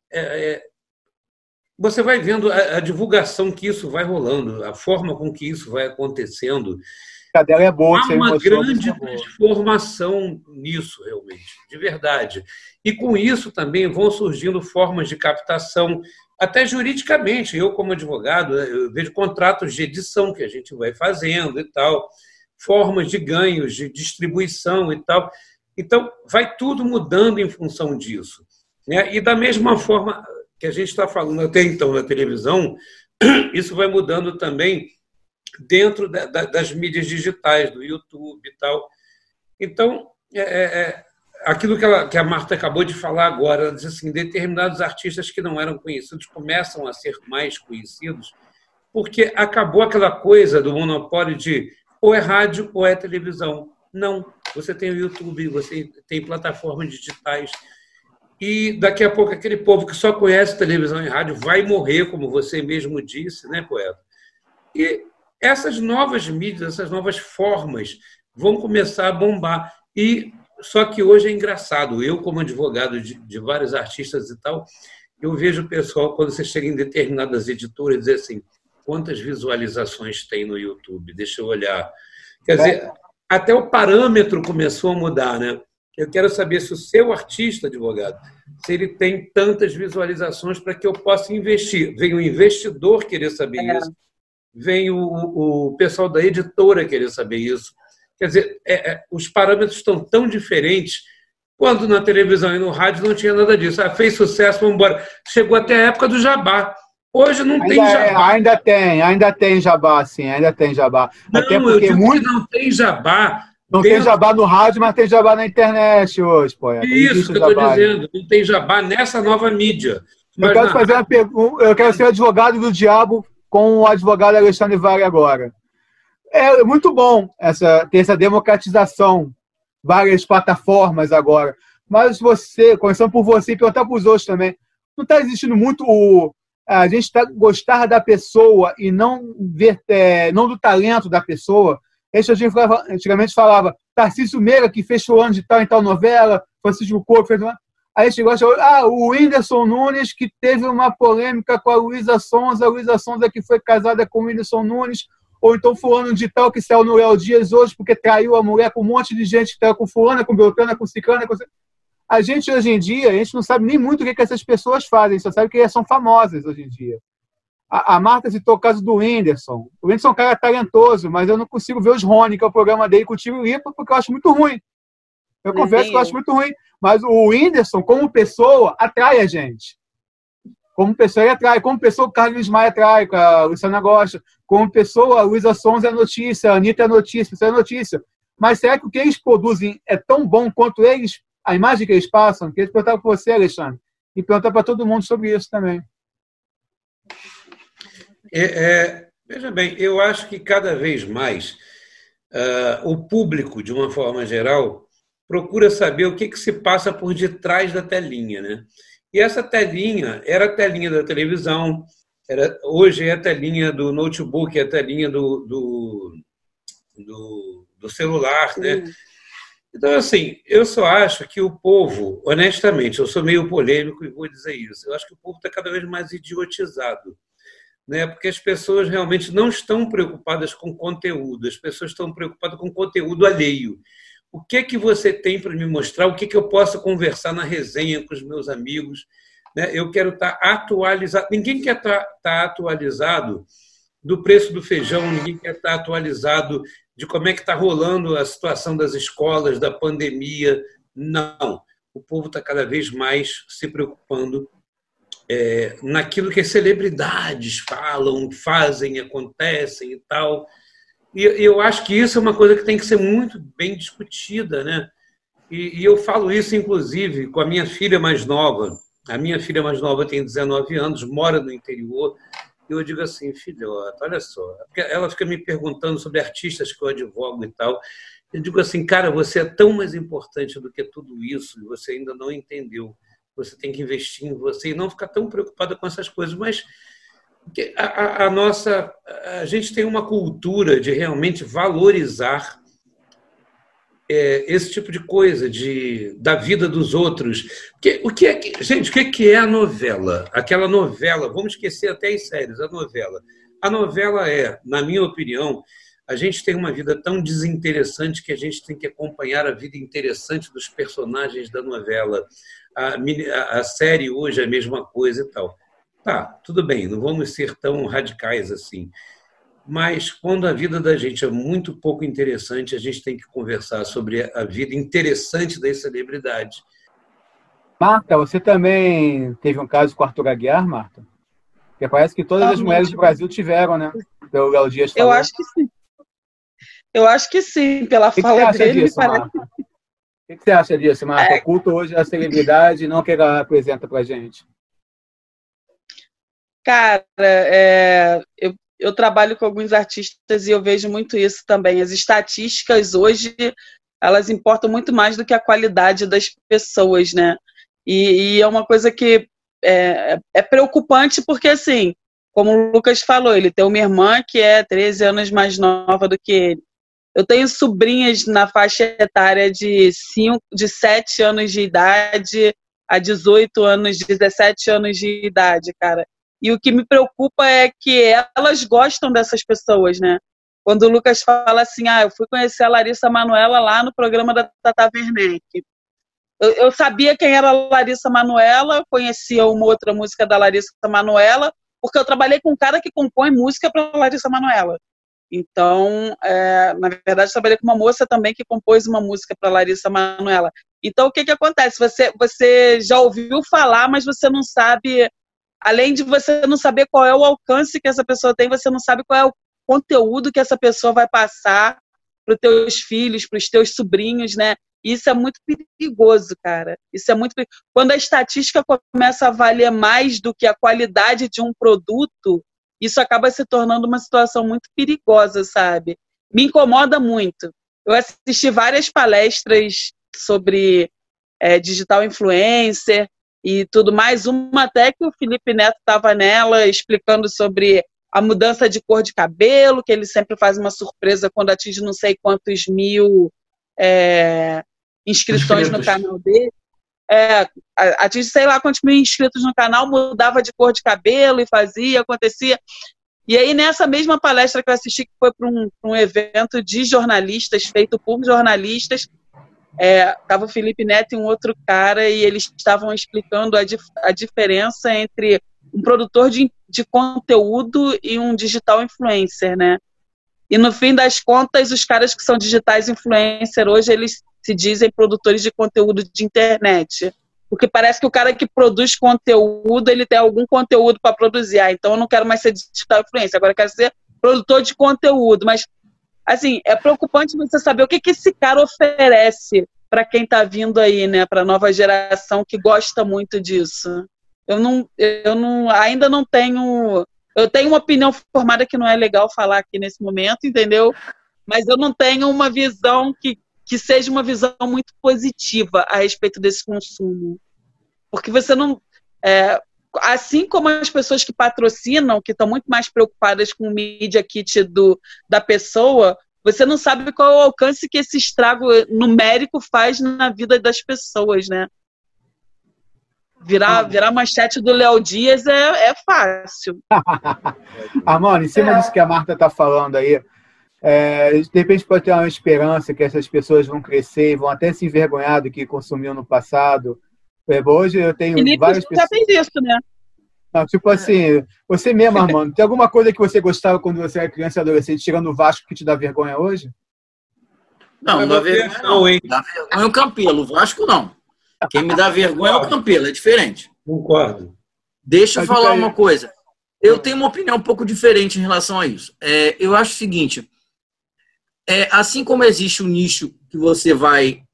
você vai vendo a divulgação que isso vai rolando, a forma com que isso vai acontecendo.
A dela é boa,
há uma grande transformação nisso, realmente, de verdade. E com isso também vão surgindo formas de captação, até juridicamente. Eu, como advogado, eu vejo contratos de edição que a gente vai fazendo e tal, formas de ganhos, de distribuição e tal. Então, vai tudo mudando em função disso. Né? E da mesma forma que a gente está falando até então na televisão, isso vai mudando também dentro das mídias digitais, do YouTube e tal. Então, aquilo que a Marta acabou de falar agora, ela diz assim, determinados artistas que não eram conhecidos começam a ser mais conhecidos, porque acabou aquela coisa do monopólio de ou é rádio ou é televisão. Não, você tem o YouTube, você tem plataformas digitais, e daqui a pouco aquele povo que só conhece televisão e rádio vai morrer, como você mesmo disse, né, poeta? E essas novas mídias, essas novas formas vão começar a bombar. Só que hoje é engraçado. Eu, como advogado de vários artistas e tal, eu vejo o pessoal, quando você chega em determinadas editoras, dizer assim, quantas visualizações tem no YouTube? Deixa eu olhar. Quer dizer, até o parâmetro começou a mudar, né? Eu quero saber se o seu artista, advogado, se ele tem tantas visualizações para que eu possa investir. Vem o investidor querer saber isso. Vem o pessoal da editora querer saber isso. Quer dizer, os parâmetros estão tão diferentes, quando na televisão e no rádio não tinha nada disso. Fez sucesso, vamos embora. Chegou até a época do jabá. Hoje não tem jabá.
Ainda tem jabá, sim, ainda tem jabá.
Não, até porque eu digo que não tem jabá.
Não tem jabá no rádio, mas tem jabá na internet hoje, pô.
Isso que eu estou dizendo. Não tem jabá nessa nova mídia.
Eu quero fazer uma pergunta. Eu quero ser advogado do diabo com o advogado Alexandre Vale agora. É muito bom ter essa democratização, várias plataformas agora. Mas você, começando por você e perguntar para os outros também, não está existindo muito a gente gostar da pessoa e não ver, não do talento da pessoa? Antigamente falava Tarcísio Meira, que fez fulano de tal em tal novela, Francisco Coco fez uma... Aí a gente gosta, o Whindersson Nunes, que teve uma polêmica com a Luísa Sonza que foi casada com o Whindersson Nunes, ou então fulano de tal que saiu no Léo Dias hoje porque traiu a mulher com um monte de gente que estava com fulana, com beltrana, com ciclana. A gente, hoje em dia, a gente não sabe nem muito o que essas pessoas fazem, só sabe que elas são famosas hoje em dia. A Marta citou o caso do Whindersson. O Whindersson é um cara talentoso, mas eu não consigo ver os Rony, que é o programa dele com o Tiro Lipa, porque eu acho muito ruim. Eu confesso que eu acho muito ruim. Mas o Whindersson, como pessoa, atrai a gente. Como pessoa, ele atrai. Como pessoa, o Carlos Maia atrai, a Luciana gosta. Como pessoa, a Luísa Sonza é notícia, a Anitta é notícia, isso é notícia. Mas será que o que eles produzem é tão bom quanto eles, a imagem que eles passam? Queria te perguntar para você, Alexandre, e perguntar para todo mundo sobre isso também.
Veja bem, eu acho que cada vez mais o público, de uma forma geral, procura saber o que se passa por detrás da telinha, né? E essa telinha era a telinha da televisão, hoje é a telinha do notebook, é a telinha do celular, né? Então, assim, eu só acho que o povo, honestamente, eu sou meio polêmico e vou dizer isso, eu acho que o povo está cada vez mais idiotizado, né? Porque as pessoas realmente não estão preocupadas com conteúdo, as pessoas estão preocupadas com conteúdo alheio. O que você tem para me mostrar? O que eu posso conversar na resenha com os meus amigos? Né? Eu quero estar atualizado. Ninguém quer estar atualizado do preço do feijão, ninguém quer estar atualizado de como é que está rolando a situação das escolas, da pandemia. Não. O povo está cada vez mais se preocupando naquilo que as celebridades falam, fazem, acontecem e tal. E eu acho que isso é uma coisa que tem que ser muito bem discutida, né? E eu falo isso, inclusive, com a minha filha mais nova. A minha filha mais nova tem 19 anos, mora no interior. E eu digo assim, filhota, olha só. Ela fica me perguntando sobre artistas que eu advogo e tal. Eu digo assim, cara, você é tão mais importante do que tudo isso e você ainda não entendeu. Você tem que investir em você e não ficar tão preocupada com essas coisas. Mas a gente tem uma cultura de realmente valorizar esse tipo de coisa da vida dos outros. Gente, o que é a novela? Aquela novela, vamos esquecer até as séries, a novela. A novela na minha opinião, a gente tem uma vida tão desinteressante que a gente tem que acompanhar a vida interessante dos personagens da novela. A série hoje é a mesma coisa e tal. Tá, tudo bem, não vamos ser tão radicais assim. Mas quando a vida da gente é muito pouco interessante, a gente tem que conversar sobre a vida interessante das celebridades.
Marta, você também teve um caso com Arthur Aguiar, Marta? Porque parece que todas as mulheres do Brasil tiveram, né? Pelo Léo Dias falou.
Eu acho que sim. Eu acho que sim, pela fala dele.
Disso, parece... O que você acha disso, Marta? O culto hoje da celebridade, não que ela apresenta pra gente.
Cara, eu trabalho com alguns artistas e eu vejo muito isso também. As estatísticas hoje, elas importam muito mais do que a qualidade das pessoas, né? E é uma coisa que é preocupante porque, assim, como o Lucas falou, ele tem uma irmã que é 13 anos mais nova do que ele. Eu tenho sobrinhas na faixa etária de 7 anos de idade a 18 anos, 17 anos de idade, cara. E o que me preocupa é que elas gostam dessas pessoas, né? Quando o Lucas fala assim, eu fui conhecer a Larissa Manoela lá no programa da Tata Werneck. Eu sabia quem era a Larissa Manoela, conhecia uma outra música da Larissa Manoela, porque eu trabalhei com um cara que compõe música para Larissa Manoela. Então, na verdade, eu trabalhei com uma moça também que compôs uma música para Larissa Manoela. Então, o que acontece? Você já ouviu falar, mas você não sabe... Além de você não saber qual é o alcance que essa pessoa tem, você não sabe qual é o conteúdo que essa pessoa vai passar para os teus filhos, para os teus sobrinhos, né? E isso é muito perigoso, cara. Isso é muito perigoso. Quando a estatística começa a valer mais do que a qualidade de um produto, isso acaba se tornando uma situação muito perigosa, sabe? Me incomoda muito. Eu assisti várias palestras sobre digital influencer, e tudo mais, uma até que o Felipe Neto estava nela, explicando sobre a mudança de cor de cabelo, que ele sempre faz uma surpresa quando atinge não sei quantos mil inscrições no canal dele. Atinge sei lá quantos mil inscritos no canal, mudava de cor de cabelo e fazia, acontecia. E aí, nessa mesma palestra que eu assisti, que foi para um evento de jornalistas, feito por jornalistas, estava o Felipe Neto e um outro cara, e eles estavam explicando a diferença entre um produtor de conteúdo e um digital influencer, né? E no fim das contas, os caras que são digitais influencer hoje, eles se dizem produtores de conteúdo de internet. Porque parece que o cara que produz conteúdo, ele tem algum conteúdo para produzir. Então eu não quero mais ser digital influencer, agora eu quero ser produtor de conteúdo. Mas assim, é preocupante você saber o que esse cara oferece para quem está vindo aí, né? Para a nova geração que gosta muito disso. Ainda não tenho... Eu tenho uma opinião formada que não é legal falar aqui nesse momento, entendeu? Mas eu não tenho uma visão que seja uma visão muito positiva a respeito desse consumo. Porque você não... assim como as pessoas que patrocinam, que estão muito mais preocupadas com o media kit da pessoa, você não sabe qual é o alcance que esse estrago numérico faz na vida das pessoas, né? Virar manchete do Léo Dias é fácil.
Armando, em cima disso que a Marta está falando aí, de repente pode ter uma esperança que essas pessoas vão crescer e vão até se envergonhar do que consumiu no passado. Hoje eu tenho várias pessoas...
já fez isso, né?
Não, tipo assim, você mesmo, Armando, tem alguma coisa que você gostava quando você era criança e adolescente, tirando o Vasco, que te dá vergonha hoje?
Não, não dá vergonha não, hein? Dá vergonha o Campelo, o Vasco não. Quem me dá vergonha é o Campelo, é diferente.
Concordo.
Deixa eu falar uma coisa. Eu tenho uma opinião um pouco diferente em relação a isso. Eu acho o seguinte, assim como existe um nicho que você vai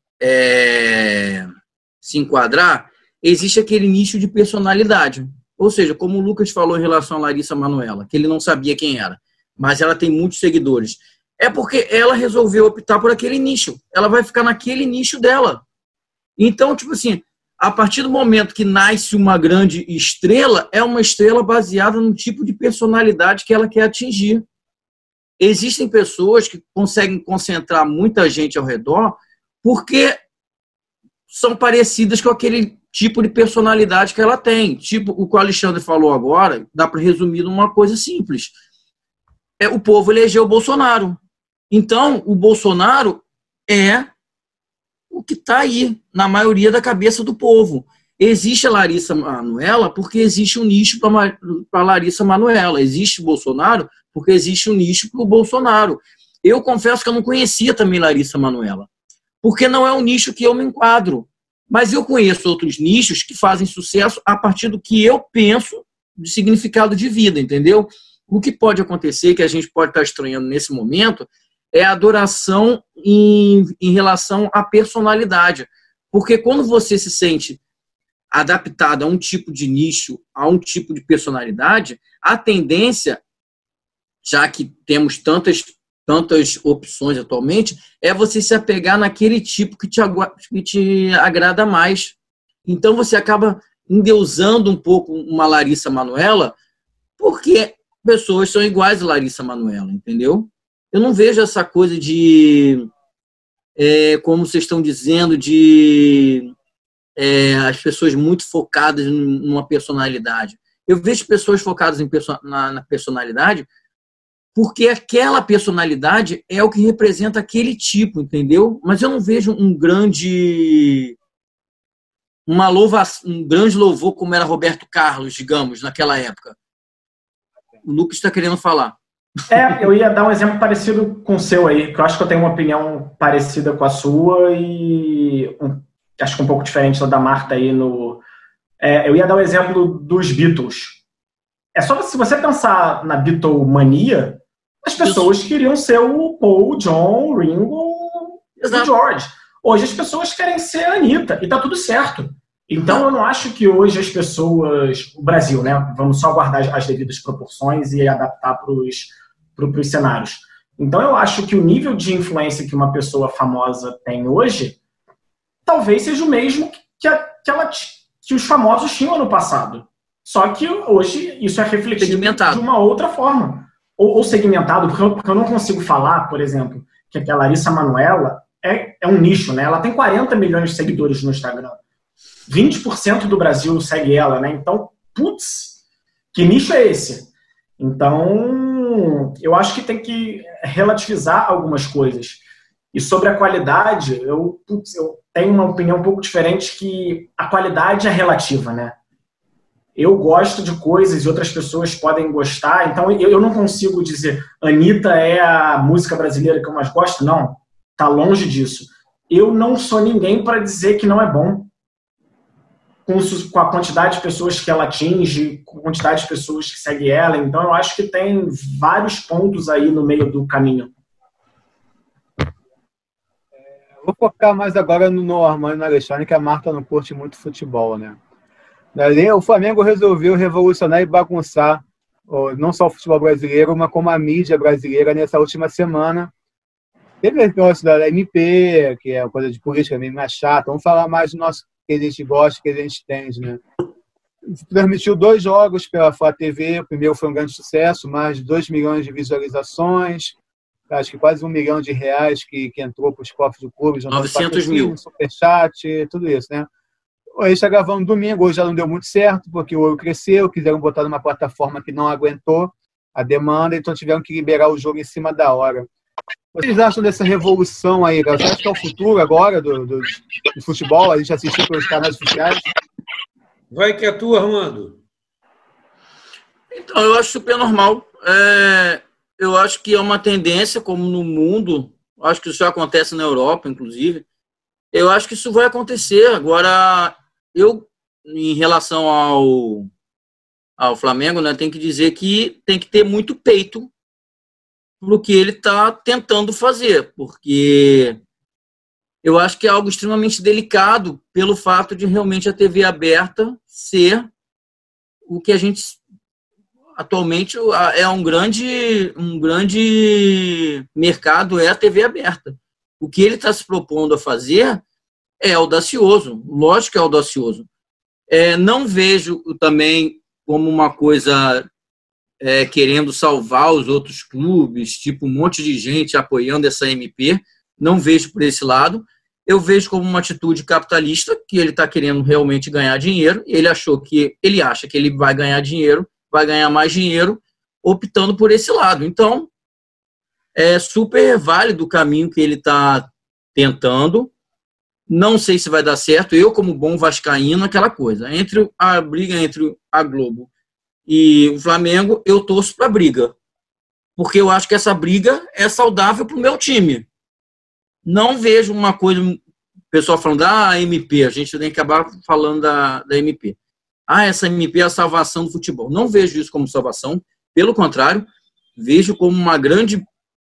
se enquadrar, existe aquele nicho de personalidade. Ou seja, como o Lucas falou em relação a Larissa Manoela, que ele não sabia quem era, mas ela tem muitos seguidores. É porque ela resolveu optar por aquele nicho. Ela vai ficar naquele nicho dela. Então, tipo assim, a partir do momento que nasce uma grande estrela, é uma estrela baseada no tipo de personalidade que ela quer atingir. Existem pessoas que conseguem concentrar muita gente ao redor porque são parecidas com aquele tipo de personalidade que ela tem. Tipo, o que o Alexandre falou agora, dá para resumir numa coisa simples. O povo elegeu o Bolsonaro. Então, o Bolsonaro é o que está aí, na maioria da cabeça do povo. Existe a Larissa Manoela porque existe um nicho para Larissa Manoela. Existe o Bolsonaro porque existe um nicho para o Bolsonaro. Eu confesso que eu não conhecia também Larissa Manoela, porque não é um nicho que eu me enquadro. Mas eu conheço outros nichos que fazem sucesso a partir do que eu penso de significado de vida, entendeu? O que pode acontecer, que a gente pode estar estranhando nesse momento, é a adoração em relação à personalidade. Porque quando você se sente adaptado a um tipo de nicho, a um tipo de personalidade, a tendência, já que temos tantas opções atualmente, é você se apegar naquele tipo que te agrada mais. Então você acaba endeusando um pouco uma Larissa Manoela, porque pessoas são iguais a Larissa Manoela, entendeu? Eu não vejo essa coisa de, como vocês estão dizendo, de as pessoas muito focadas numa personalidade. Eu vejo pessoas focadas na personalidade porque aquela personalidade é o que representa aquele tipo, entendeu? Mas eu não vejo um grande louvor como era Roberto Carlos, digamos, naquela época. O Lucas está querendo falar.
Eu ia dar um exemplo parecido com o seu aí, que eu acho que eu tenho uma opinião parecida com a sua e acho que um pouco diferente da Marta aí no... eu ia dar o exemplo dos Beatles. É só se você pensar na Beatlemania, as pessoas queriam ser o Paul, o John, o Ringo e o George. Hoje as pessoas querem ser a Anitta, e tá tudo certo. Então eu não acho que hoje as pessoas... O Brasil, né? Vamos só guardar as devidas proporções e adaptar para os cenários. Então eu acho que o nível de influência que uma pessoa famosa tem hoje talvez seja o mesmo que os famosos tinham no passado. Só que hoje isso é refletido de uma outra forma. Ou segmentado, porque eu não consigo falar, por exemplo, que a Larissa Manoela é um nicho, né? Ela tem 40 milhões de seguidores no Instagram. 20% do Brasil segue ela, né? Então, putz, que nicho é esse? Então, eu acho que tem que relativizar algumas coisas. E sobre a qualidade, eu tenho uma opinião um pouco diferente, que a qualidade é relativa, né? Eu gosto de coisas e outras pessoas podem gostar, então eu não consigo dizer Anitta é a música brasileira que eu mais gosto, não. Tá longe disso. Eu não sou ninguém para dizer que não é bom. Com a quantidade de pessoas que ela atinge, com a quantidade de pessoas que seguem ela, então eu acho que tem vários pontos aí no meio do caminho.
Vou focar mais agora no Armando e no Alexandre, que a Marta não curte muito futebol, né? O Flamengo resolveu revolucionar e bagunçar não só o futebol brasileiro, mas como a mídia brasileira nessa última semana. Teve o negócio da MP, que é uma coisa de política meio mais chata. Vamos falar mais do nosso que a gente gosta, que a gente entende, né? Transmitiu 2 jogos pela Flá TV. O primeiro foi um grande sucesso, mais de 2 milhões de visualizações. Acho que quase R$1 milhão que entrou para os cofres do clube.
900 mil.
Superchat, tudo isso, né? A gente está gravando domingo, hoje já não deu muito certo, porque o ouro cresceu, quiseram botar numa plataforma que não aguentou a demanda, então tiveram que liberar o jogo em cima da hora. O que vocês acham dessa revolução aí, cara? Você acha que é o futuro agora do futebol? A gente assistiu pelos canais oficiais?
Vai que é tua, Armando.
Então, eu acho super normal. Eu acho que é uma tendência, como no mundo, acho que isso já acontece na Europa, inclusive. Eu acho que isso vai acontecer. Agora, em relação ao Flamengo, né, tenho que dizer que tem que ter muito peito para o que ele está tentando fazer, porque eu acho que é algo extremamente delicado pelo fato de realmente a TV aberta ser o que a gente atualmente é um grande mercado, é a TV aberta. O que ele está se propondo a fazer é audacioso, lógico que é audacioso. Não vejo também como uma coisa querendo salvar os outros clubes, tipo um monte de gente apoiando essa MP, não vejo por esse lado. Eu vejo como uma atitude capitalista, que ele está querendo realmente ganhar dinheiro, ele acha que ele vai ganhar dinheiro, vai ganhar mais dinheiro, optando por esse lado. Então, é super válido o caminho que ele está tentando. Não sei se vai dar certo. Eu, como bom vascaíno, aquela coisa. Entre a briga entre a Globo e o Flamengo, eu torço para a briga. Porque eu acho que essa briga é saudável para o meu time. Não vejo uma coisa... O pessoal falando da MP, a gente tem que acabar falando da MP. Essa MP é a salvação do futebol. Não vejo isso como salvação. Pelo contrário, vejo como uma grande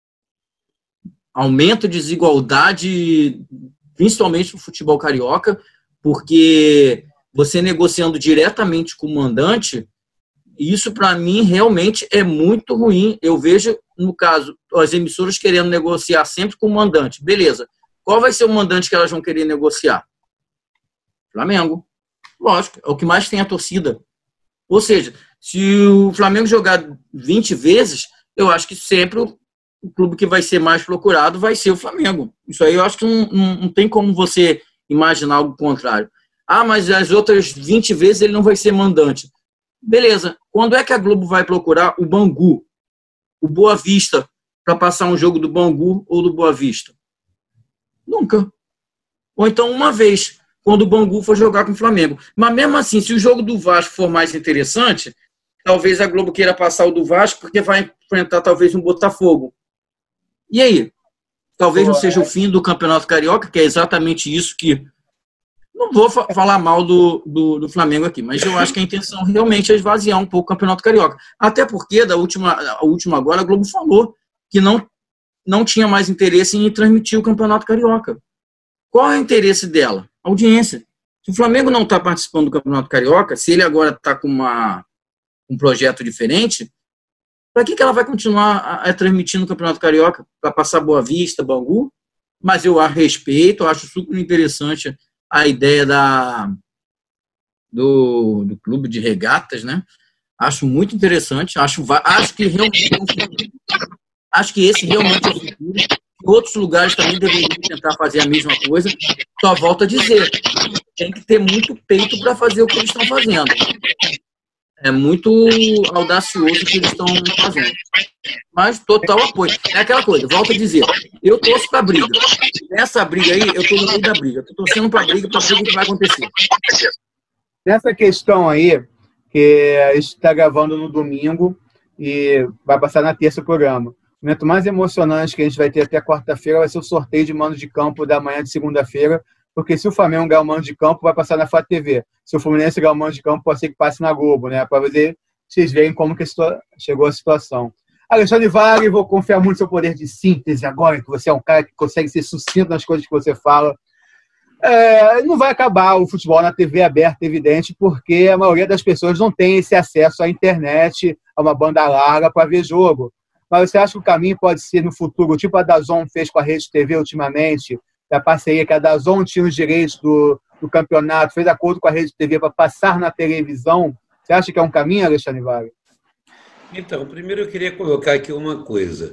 aumento de desigualdade, principalmente no futebol carioca, porque você negociando diretamente com o mandante, isso para mim realmente é muito ruim. Eu vejo, no caso, as emissoras querendo negociar sempre com o mandante. Beleza. Qual vai ser o mandante que elas vão querer negociar? Flamengo. Lógico, é o que mais tem a torcida. Ou seja, se o Flamengo jogar 20 vezes, eu acho que sempre o clube que vai ser mais procurado vai ser o Flamengo. Isso aí eu acho que não tem como você imaginar algo contrário. Mas as outras 20 vezes ele não vai ser mandante. Beleza. Quando é que a Globo vai procurar o Bangu, o Boa Vista, para passar um jogo do Bangu ou do Boa Vista? Nunca. Ou então uma vez, quando o Bangu for jogar com o Flamengo. Mas mesmo assim, se o jogo do Vasco for mais interessante, talvez a Globo queira passar o do Vasco, porque vai enfrentar talvez um Botafogo. E aí? Talvez não seja o fim do Campeonato Carioca, que é exatamente isso que... Não vou falar mal do Flamengo aqui, mas eu acho que a intenção realmente é esvaziar um pouco o Campeonato Carioca. Até porque, a última agora, a Globo falou que não tinha mais interesse em transmitir o Campeonato Carioca. Qual é o interesse dela? Audiência. Se o Flamengo não está participando do Campeonato Carioca, se ele agora está com um projeto diferente, para que ela vai continuar transmitindo o Campeonato Carioca? Para passar Boa Vista, Bangu? Mas eu a respeito, eu acho super interessante a ideia do clube de regatas, né? Acho muito interessante. Acho que realmente acho que esse realmente é o futuro. Outros lugares também deveriam tentar fazer a mesma coisa. Só volto a dizer, tem que ter muito peito para fazer o que eles estão fazendo. É muito audacioso o que eles estão fazendo. Mas total apoio. É aquela coisa, volto a dizer, eu torço para a briga. Nessa briga aí, eu estou no meio da briga. Estou torcendo para a briga, para ver o que vai acontecer.
Nessa questão aí, que a gente está gravando no domingo e vai passar na terça o programa. O momento mais emocionante que a gente vai ter até quarta-feira vai ser o sorteio de mando de campo da manhã de segunda-feira, porque se o Flamengo ganhar o mando de campo, vai passar na Flá TV. Se o Fluminense ganhar o mando de campo, pode ser que passe na Globo, né? Para vocês verem como que chegou a situação. Alexandre Vale, vou confiar muito no seu poder de síntese agora, que você é um cara que consegue ser sucinto nas coisas que você fala. Não vai acabar o futebol na TV aberta, evidente, porque a maioria das pessoas não tem esse acesso à internet, a uma banda larga para ver jogo. Mas você acha que o caminho pode ser no futuro, tipo a DAZN fez com a Rede TV ultimamente, a parceria que a DAZN tinha os direitos do campeonato, fez acordo com a Rede TV para passar na televisão? Você acha que é um caminho, Alexandre Vale?
Então, primeiro eu queria colocar aqui uma coisa.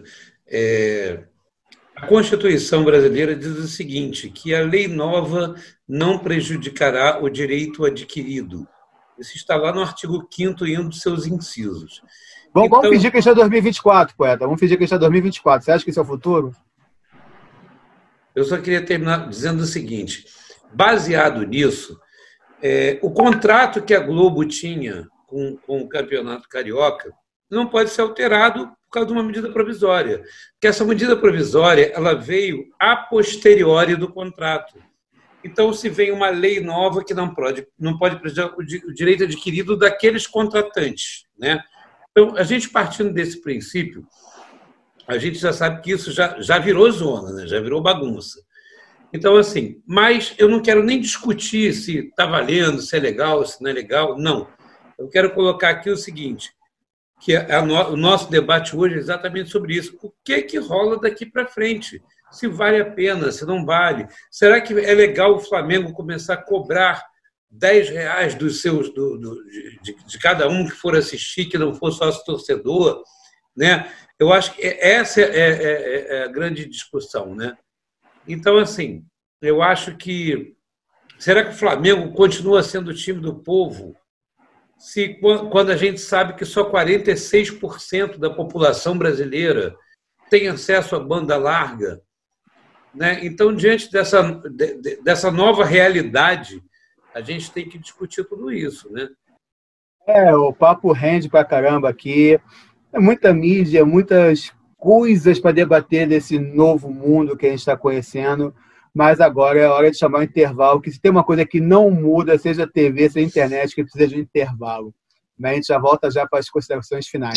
A Constituição brasileira diz o seguinte, que a lei nova não prejudicará o direito adquirido. Isso está lá no artigo 5º e um dos seus incisos.
Vamos fingir que isso é 2024, poeta. Vamos fingir que isso é 2024. Você acha que isso é o futuro?
Eu só queria terminar dizendo o seguinte. Baseado nisso, o contrato que a Globo tinha com o Campeonato Carioca não pode ser alterado por causa de uma medida provisória. Porque essa medida provisória ela veio a posteriori do contrato. Então, se vem uma lei nova que não pode prejudicar o direito adquirido daqueles contratantes, né? Então, a gente partindo desse princípio, a gente já sabe que isso já virou zona, né? Já virou bagunça. Então, assim, mas eu não quero nem discutir se está valendo, se é legal, se não é legal, não. Eu quero colocar aqui o seguinte, que o nosso debate hoje é exatamente sobre isso. O que rola daqui para frente? Se vale a pena, se não vale. Será que é legal o Flamengo começar a cobrar R$10 dos seus, de cada um que for assistir, que não for sócio torcedor, né? Eu acho que essa é a grande discussão, né? Então, assim, eu acho que... Será que o Flamengo continua sendo o time do povo quando a gente sabe que só 46% da população brasileira tem acesso à banda larga? Né? Então, diante dessa nova realidade, a gente tem que discutir tudo isso, né?
O papo rende pra caramba aqui. É muita mídia, muitas coisas para debater desse novo mundo que a gente está conhecendo, mas agora é hora de chamar o intervalo, que se tem uma coisa que não muda, seja a TV, seja a internet, que precisa de um intervalo. Mas a gente já volta para as considerações finais.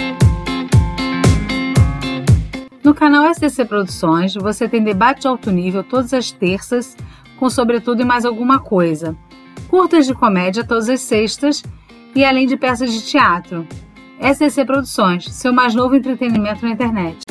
No canal SDC Produções, você tem debate de alto nível todas as terças, com sobretudo e mais alguma coisa. Curtas de comédia todas as sextas e além de peças de teatro. SDC Produções, seu mais novo entretenimento na internet.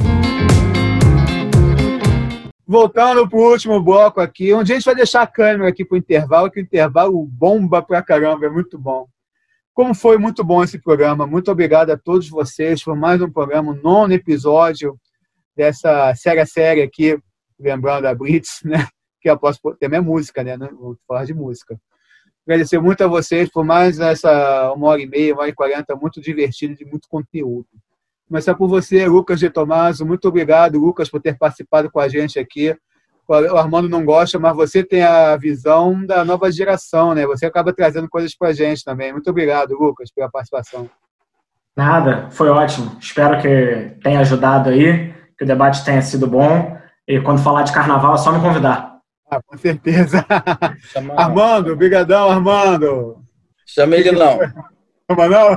Voltando para o último bloco aqui, onde a gente vai deixar a câmera aqui para o intervalo, que o intervalo bomba pra caramba, é muito bom. Como foi muito bom esse programa, muito obrigado a todos vocês por mais um programa, o 9º episódio dessa série aqui, lembrando a Blitz, né? Que o próximo tema é música, né? Vamos falar de música. Agradecer muito a vocês por mais essa 1h30, 1h40, muito divertido e de muito conteúdo. Começar por você, Lucas de Tomaso. Muito obrigado, Lucas, por ter participado com a gente aqui. O Armando não gosta, mas você tem a visão da nova geração, né? Você acaba trazendo coisas para a gente também. Muito obrigado, Lucas, pela participação.
Nada, foi ótimo. Espero que tenha ajudado aí, que o debate tenha sido bom. E quando falar de carnaval, é só me convidar.
Com certeza. Armando, brigadão, Armando.
Chama ele não.
Chama não?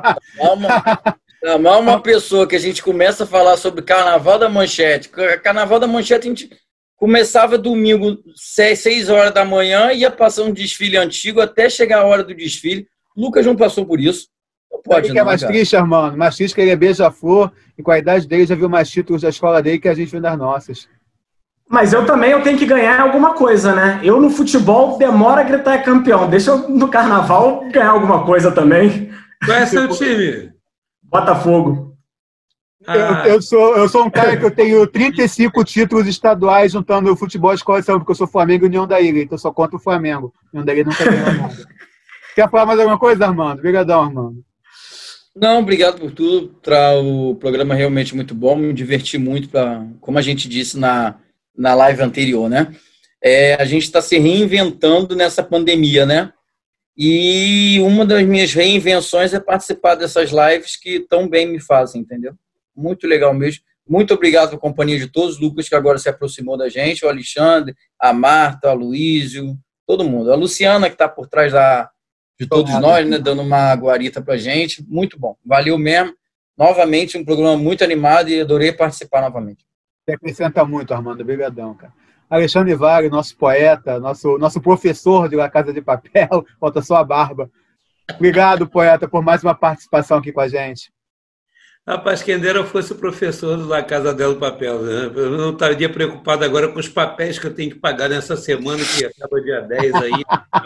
Chamar uma pessoa que a gente começa a falar sobre Carnaval da Manchete. Carnaval da Manchete a gente começava domingo, 6 horas da manhã, ia passar um desfile antigo até chegar a hora do desfile. Lucas não passou por isso. Não pode não,
que é mais triste, Armando. Mais triste que ele é beija-flor e com a idade dele já viu mais títulos da escola dele que a gente viu das nossas.
Mas eu tenho que ganhar alguma coisa, né? Eu no futebol demora a gritar campeão. Deixa eu no carnaval ganhar alguma coisa também.
Qual é seu time?
Botafogo.
Eu sou um cara que eu tenho 35 títulos estaduais juntando o futebol e escola de samba, porque eu sou Flamengo e União da Ilha, então eu sou contra o Flamengo. União da Ilha nunca ganhou nada. Quer falar mais alguma coisa, Armando? Obrigadão, Armando.
Não, obrigado por tudo. O programa realmente muito bom, me diverti muito, como a gente disse na live anterior, né? A gente está se reinventando nessa pandemia, né? E uma das minhas reinvenções é participar dessas lives que tão bem me fazem, entendeu? Muito legal mesmo. Muito obrigado pela companhia de todos, Lucas, que agora se aproximou da gente, o Alexandre, a Marta, a Luísio, todo mundo. A Luciana, que está por trás de todos nós, né? Dando uma guarita pra gente. Muito bom. Valeu mesmo. Novamente, um programa muito animado e adorei participar novamente.
Você acrescenta muito, Armando. Obrigadão, cara. Alexandre Vale, nosso poeta, nosso professor de La Casa de Papel, falta só a barba. Obrigado, poeta, por mais uma participação aqui com a gente.
Rapaz, quem dera eu fosse o professor do La Casa de Papel, né? Eu não estaria preocupado agora com os papéis que eu tenho que pagar nessa semana, que acaba dia 10 aí.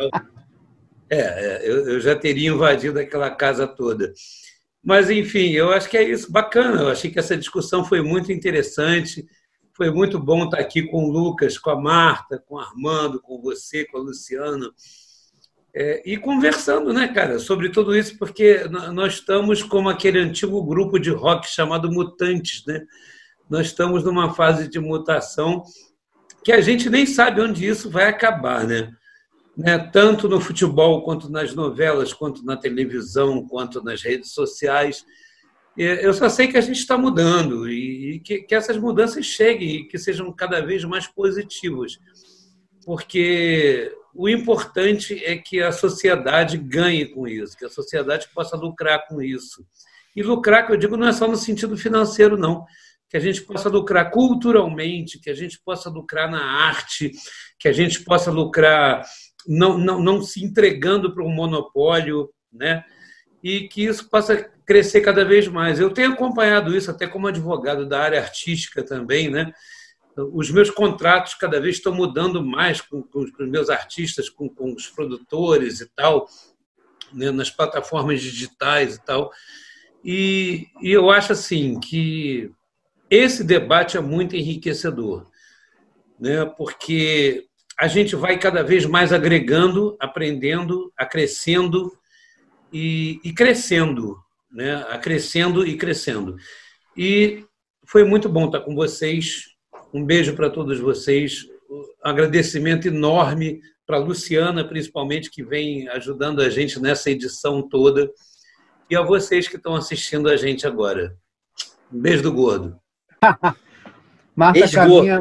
Eu já teria invadido aquela casa toda. Mas, enfim, eu acho que é isso, bacana. Eu achei que essa discussão foi muito interessante. Foi muito bom estar aqui com o Lucas, com a Marta, com o Armando, com você, com a Luciana. E conversando, né, cara, sobre tudo isso, porque nós estamos como aquele antigo grupo de rock chamado Mutantes, né? Nós estamos numa fase de mutação que a gente nem sabe onde isso vai acabar, né? Tanto no futebol, quanto nas novelas, quanto na televisão, quanto nas redes sociais. Eu só sei que a gente está mudando e que essas mudanças cheguem e que sejam cada vez mais positivas, porque o importante é que a sociedade ganhe com isso, que a sociedade possa lucrar com isso. E lucrar, que eu digo, não é só no sentido financeiro, não. que a gente possa lucrar culturalmente, que a gente possa lucrar na arte, que a gente possa lucrar não se entregando para um monopólio, né? E que isso possa crescer cada vez mais. Eu tenho acompanhado isso até como advogado da área artística também, né? Os meus contratos cada vez estão mudando mais com os meus artistas, com os produtores e tal, né? Nas plataformas digitais e tal. E eu acho assim que esse debate é muito enriquecedor, né? Porque a gente vai cada vez mais agregando, aprendendo, acrescendo e crescendo, né? Acrescendo e crescendo. E foi muito bom estar com vocês. Um beijo para todos vocês. Um agradecimento enorme para a Luciana, principalmente, que vem ajudando a gente nessa edição toda. E a vocês que estão assistindo a gente agora. Um beijo do gordo.
Marta Caminha,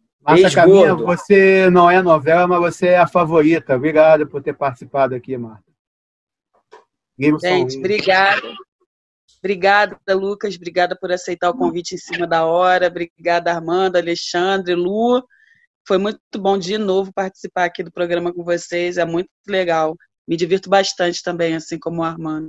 você não é novela, mas você é a favorita. Obrigado por ter participado aqui, Marta.
Gente, obrigada. Obrigada, Lucas. Obrigada por aceitar o convite em cima da hora. Obrigada, Armando, Alexandre, Lu. Foi muito bom de novo participar aqui do programa com vocês. É muito legal. Me divirto bastante também, assim como o Armando.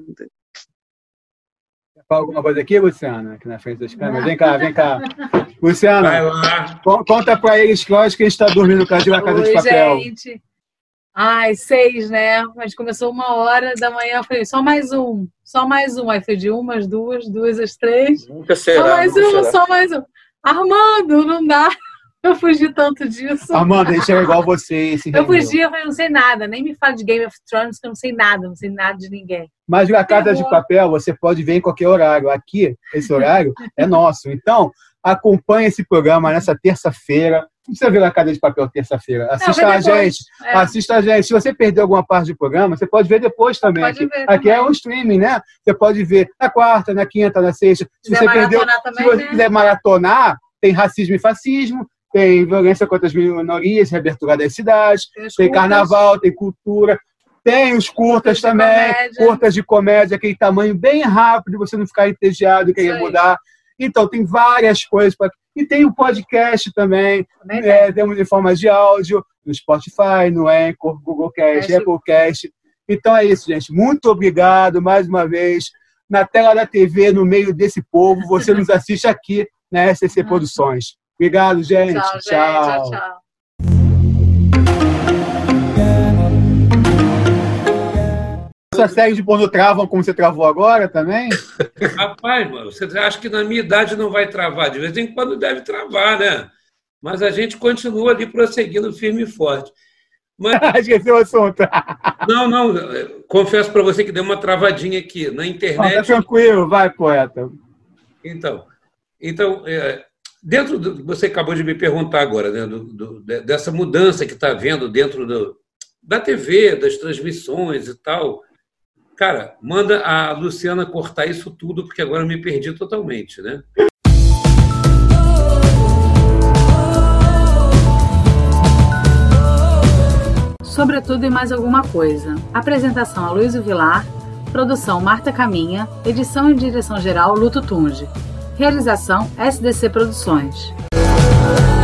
Fala alguma coisa aqui, Luciana? Aqui na frente das câmeras. Vem cá. Luciana, conta para eles que horas que a gente está dormindo com a Casa de Papel.
Gente. Ai, 6, né? Mas começou 1h da manhã, eu falei, só mais um. Aí foi de 1 às 2, 2 às 3.
Nunca será.
Só mais um. Armando, não dá. Eu fugi tanto disso.
Armando, a gente é igual você.
Eu fugi, eu falei, não sei nada. Nem me fala de Game of Thrones, que eu não sei nada de ninguém.
Mas a Casa de Papel, você pode ver em qualquer horário. Aqui, esse horário é nosso. Então, acompanhe esse programa nessa terça-feira. Não precisa ver a Casa de Papel terça-feira. Assista a gente. Assista a gente. Se você perdeu alguma parte do programa, você pode ver depois também. Aqui é um streaming, né? Você pode ver na quarta, na quinta, na sexta. Se você quiser maratonar, tem racismo e fascismo, tem violência contra as minorias, reabertura das cidades, tem carnaval, tem cultura, tem os curtas também, curtas de comédia, aquele tamanho bem rápido, você não ficar entediado e querer mudar. Então, tem várias coisas. E tem o podcast também. Temos em forma de áudio, no Spotify, no Anchor, Google Cast, Apple Cast. Então é isso, gente. Muito obrigado mais uma vez. Na tela da TV, no meio desse povo, você nos assiste aqui na SCC Produções. Obrigado, gente. Tchau. Essa série de pornô travam como você travou agora também?
Rapaz, mano, você acha que na minha idade não vai travar? De vez em quando deve travar, né? Mas a gente continua ali prosseguindo firme e forte. Mas...
Esqueci o assunto.
Não. Confesso para você que deu uma travadinha aqui. Na internet...
Tá tranquilo, vai, poeta.
Então dentro do... Você acabou de me perguntar agora, né? Dessa mudança que está havendo dentro da TV, das transmissões e tal... Cara, manda a Luciana cortar isso tudo, porque agora eu me perdi totalmente, né?
Sobretudo e mais alguma coisa. Apresentação Aloysio Vilar, produção Marta Caminha, edição e direção geral Luto Tunge. Realização SDC Produções.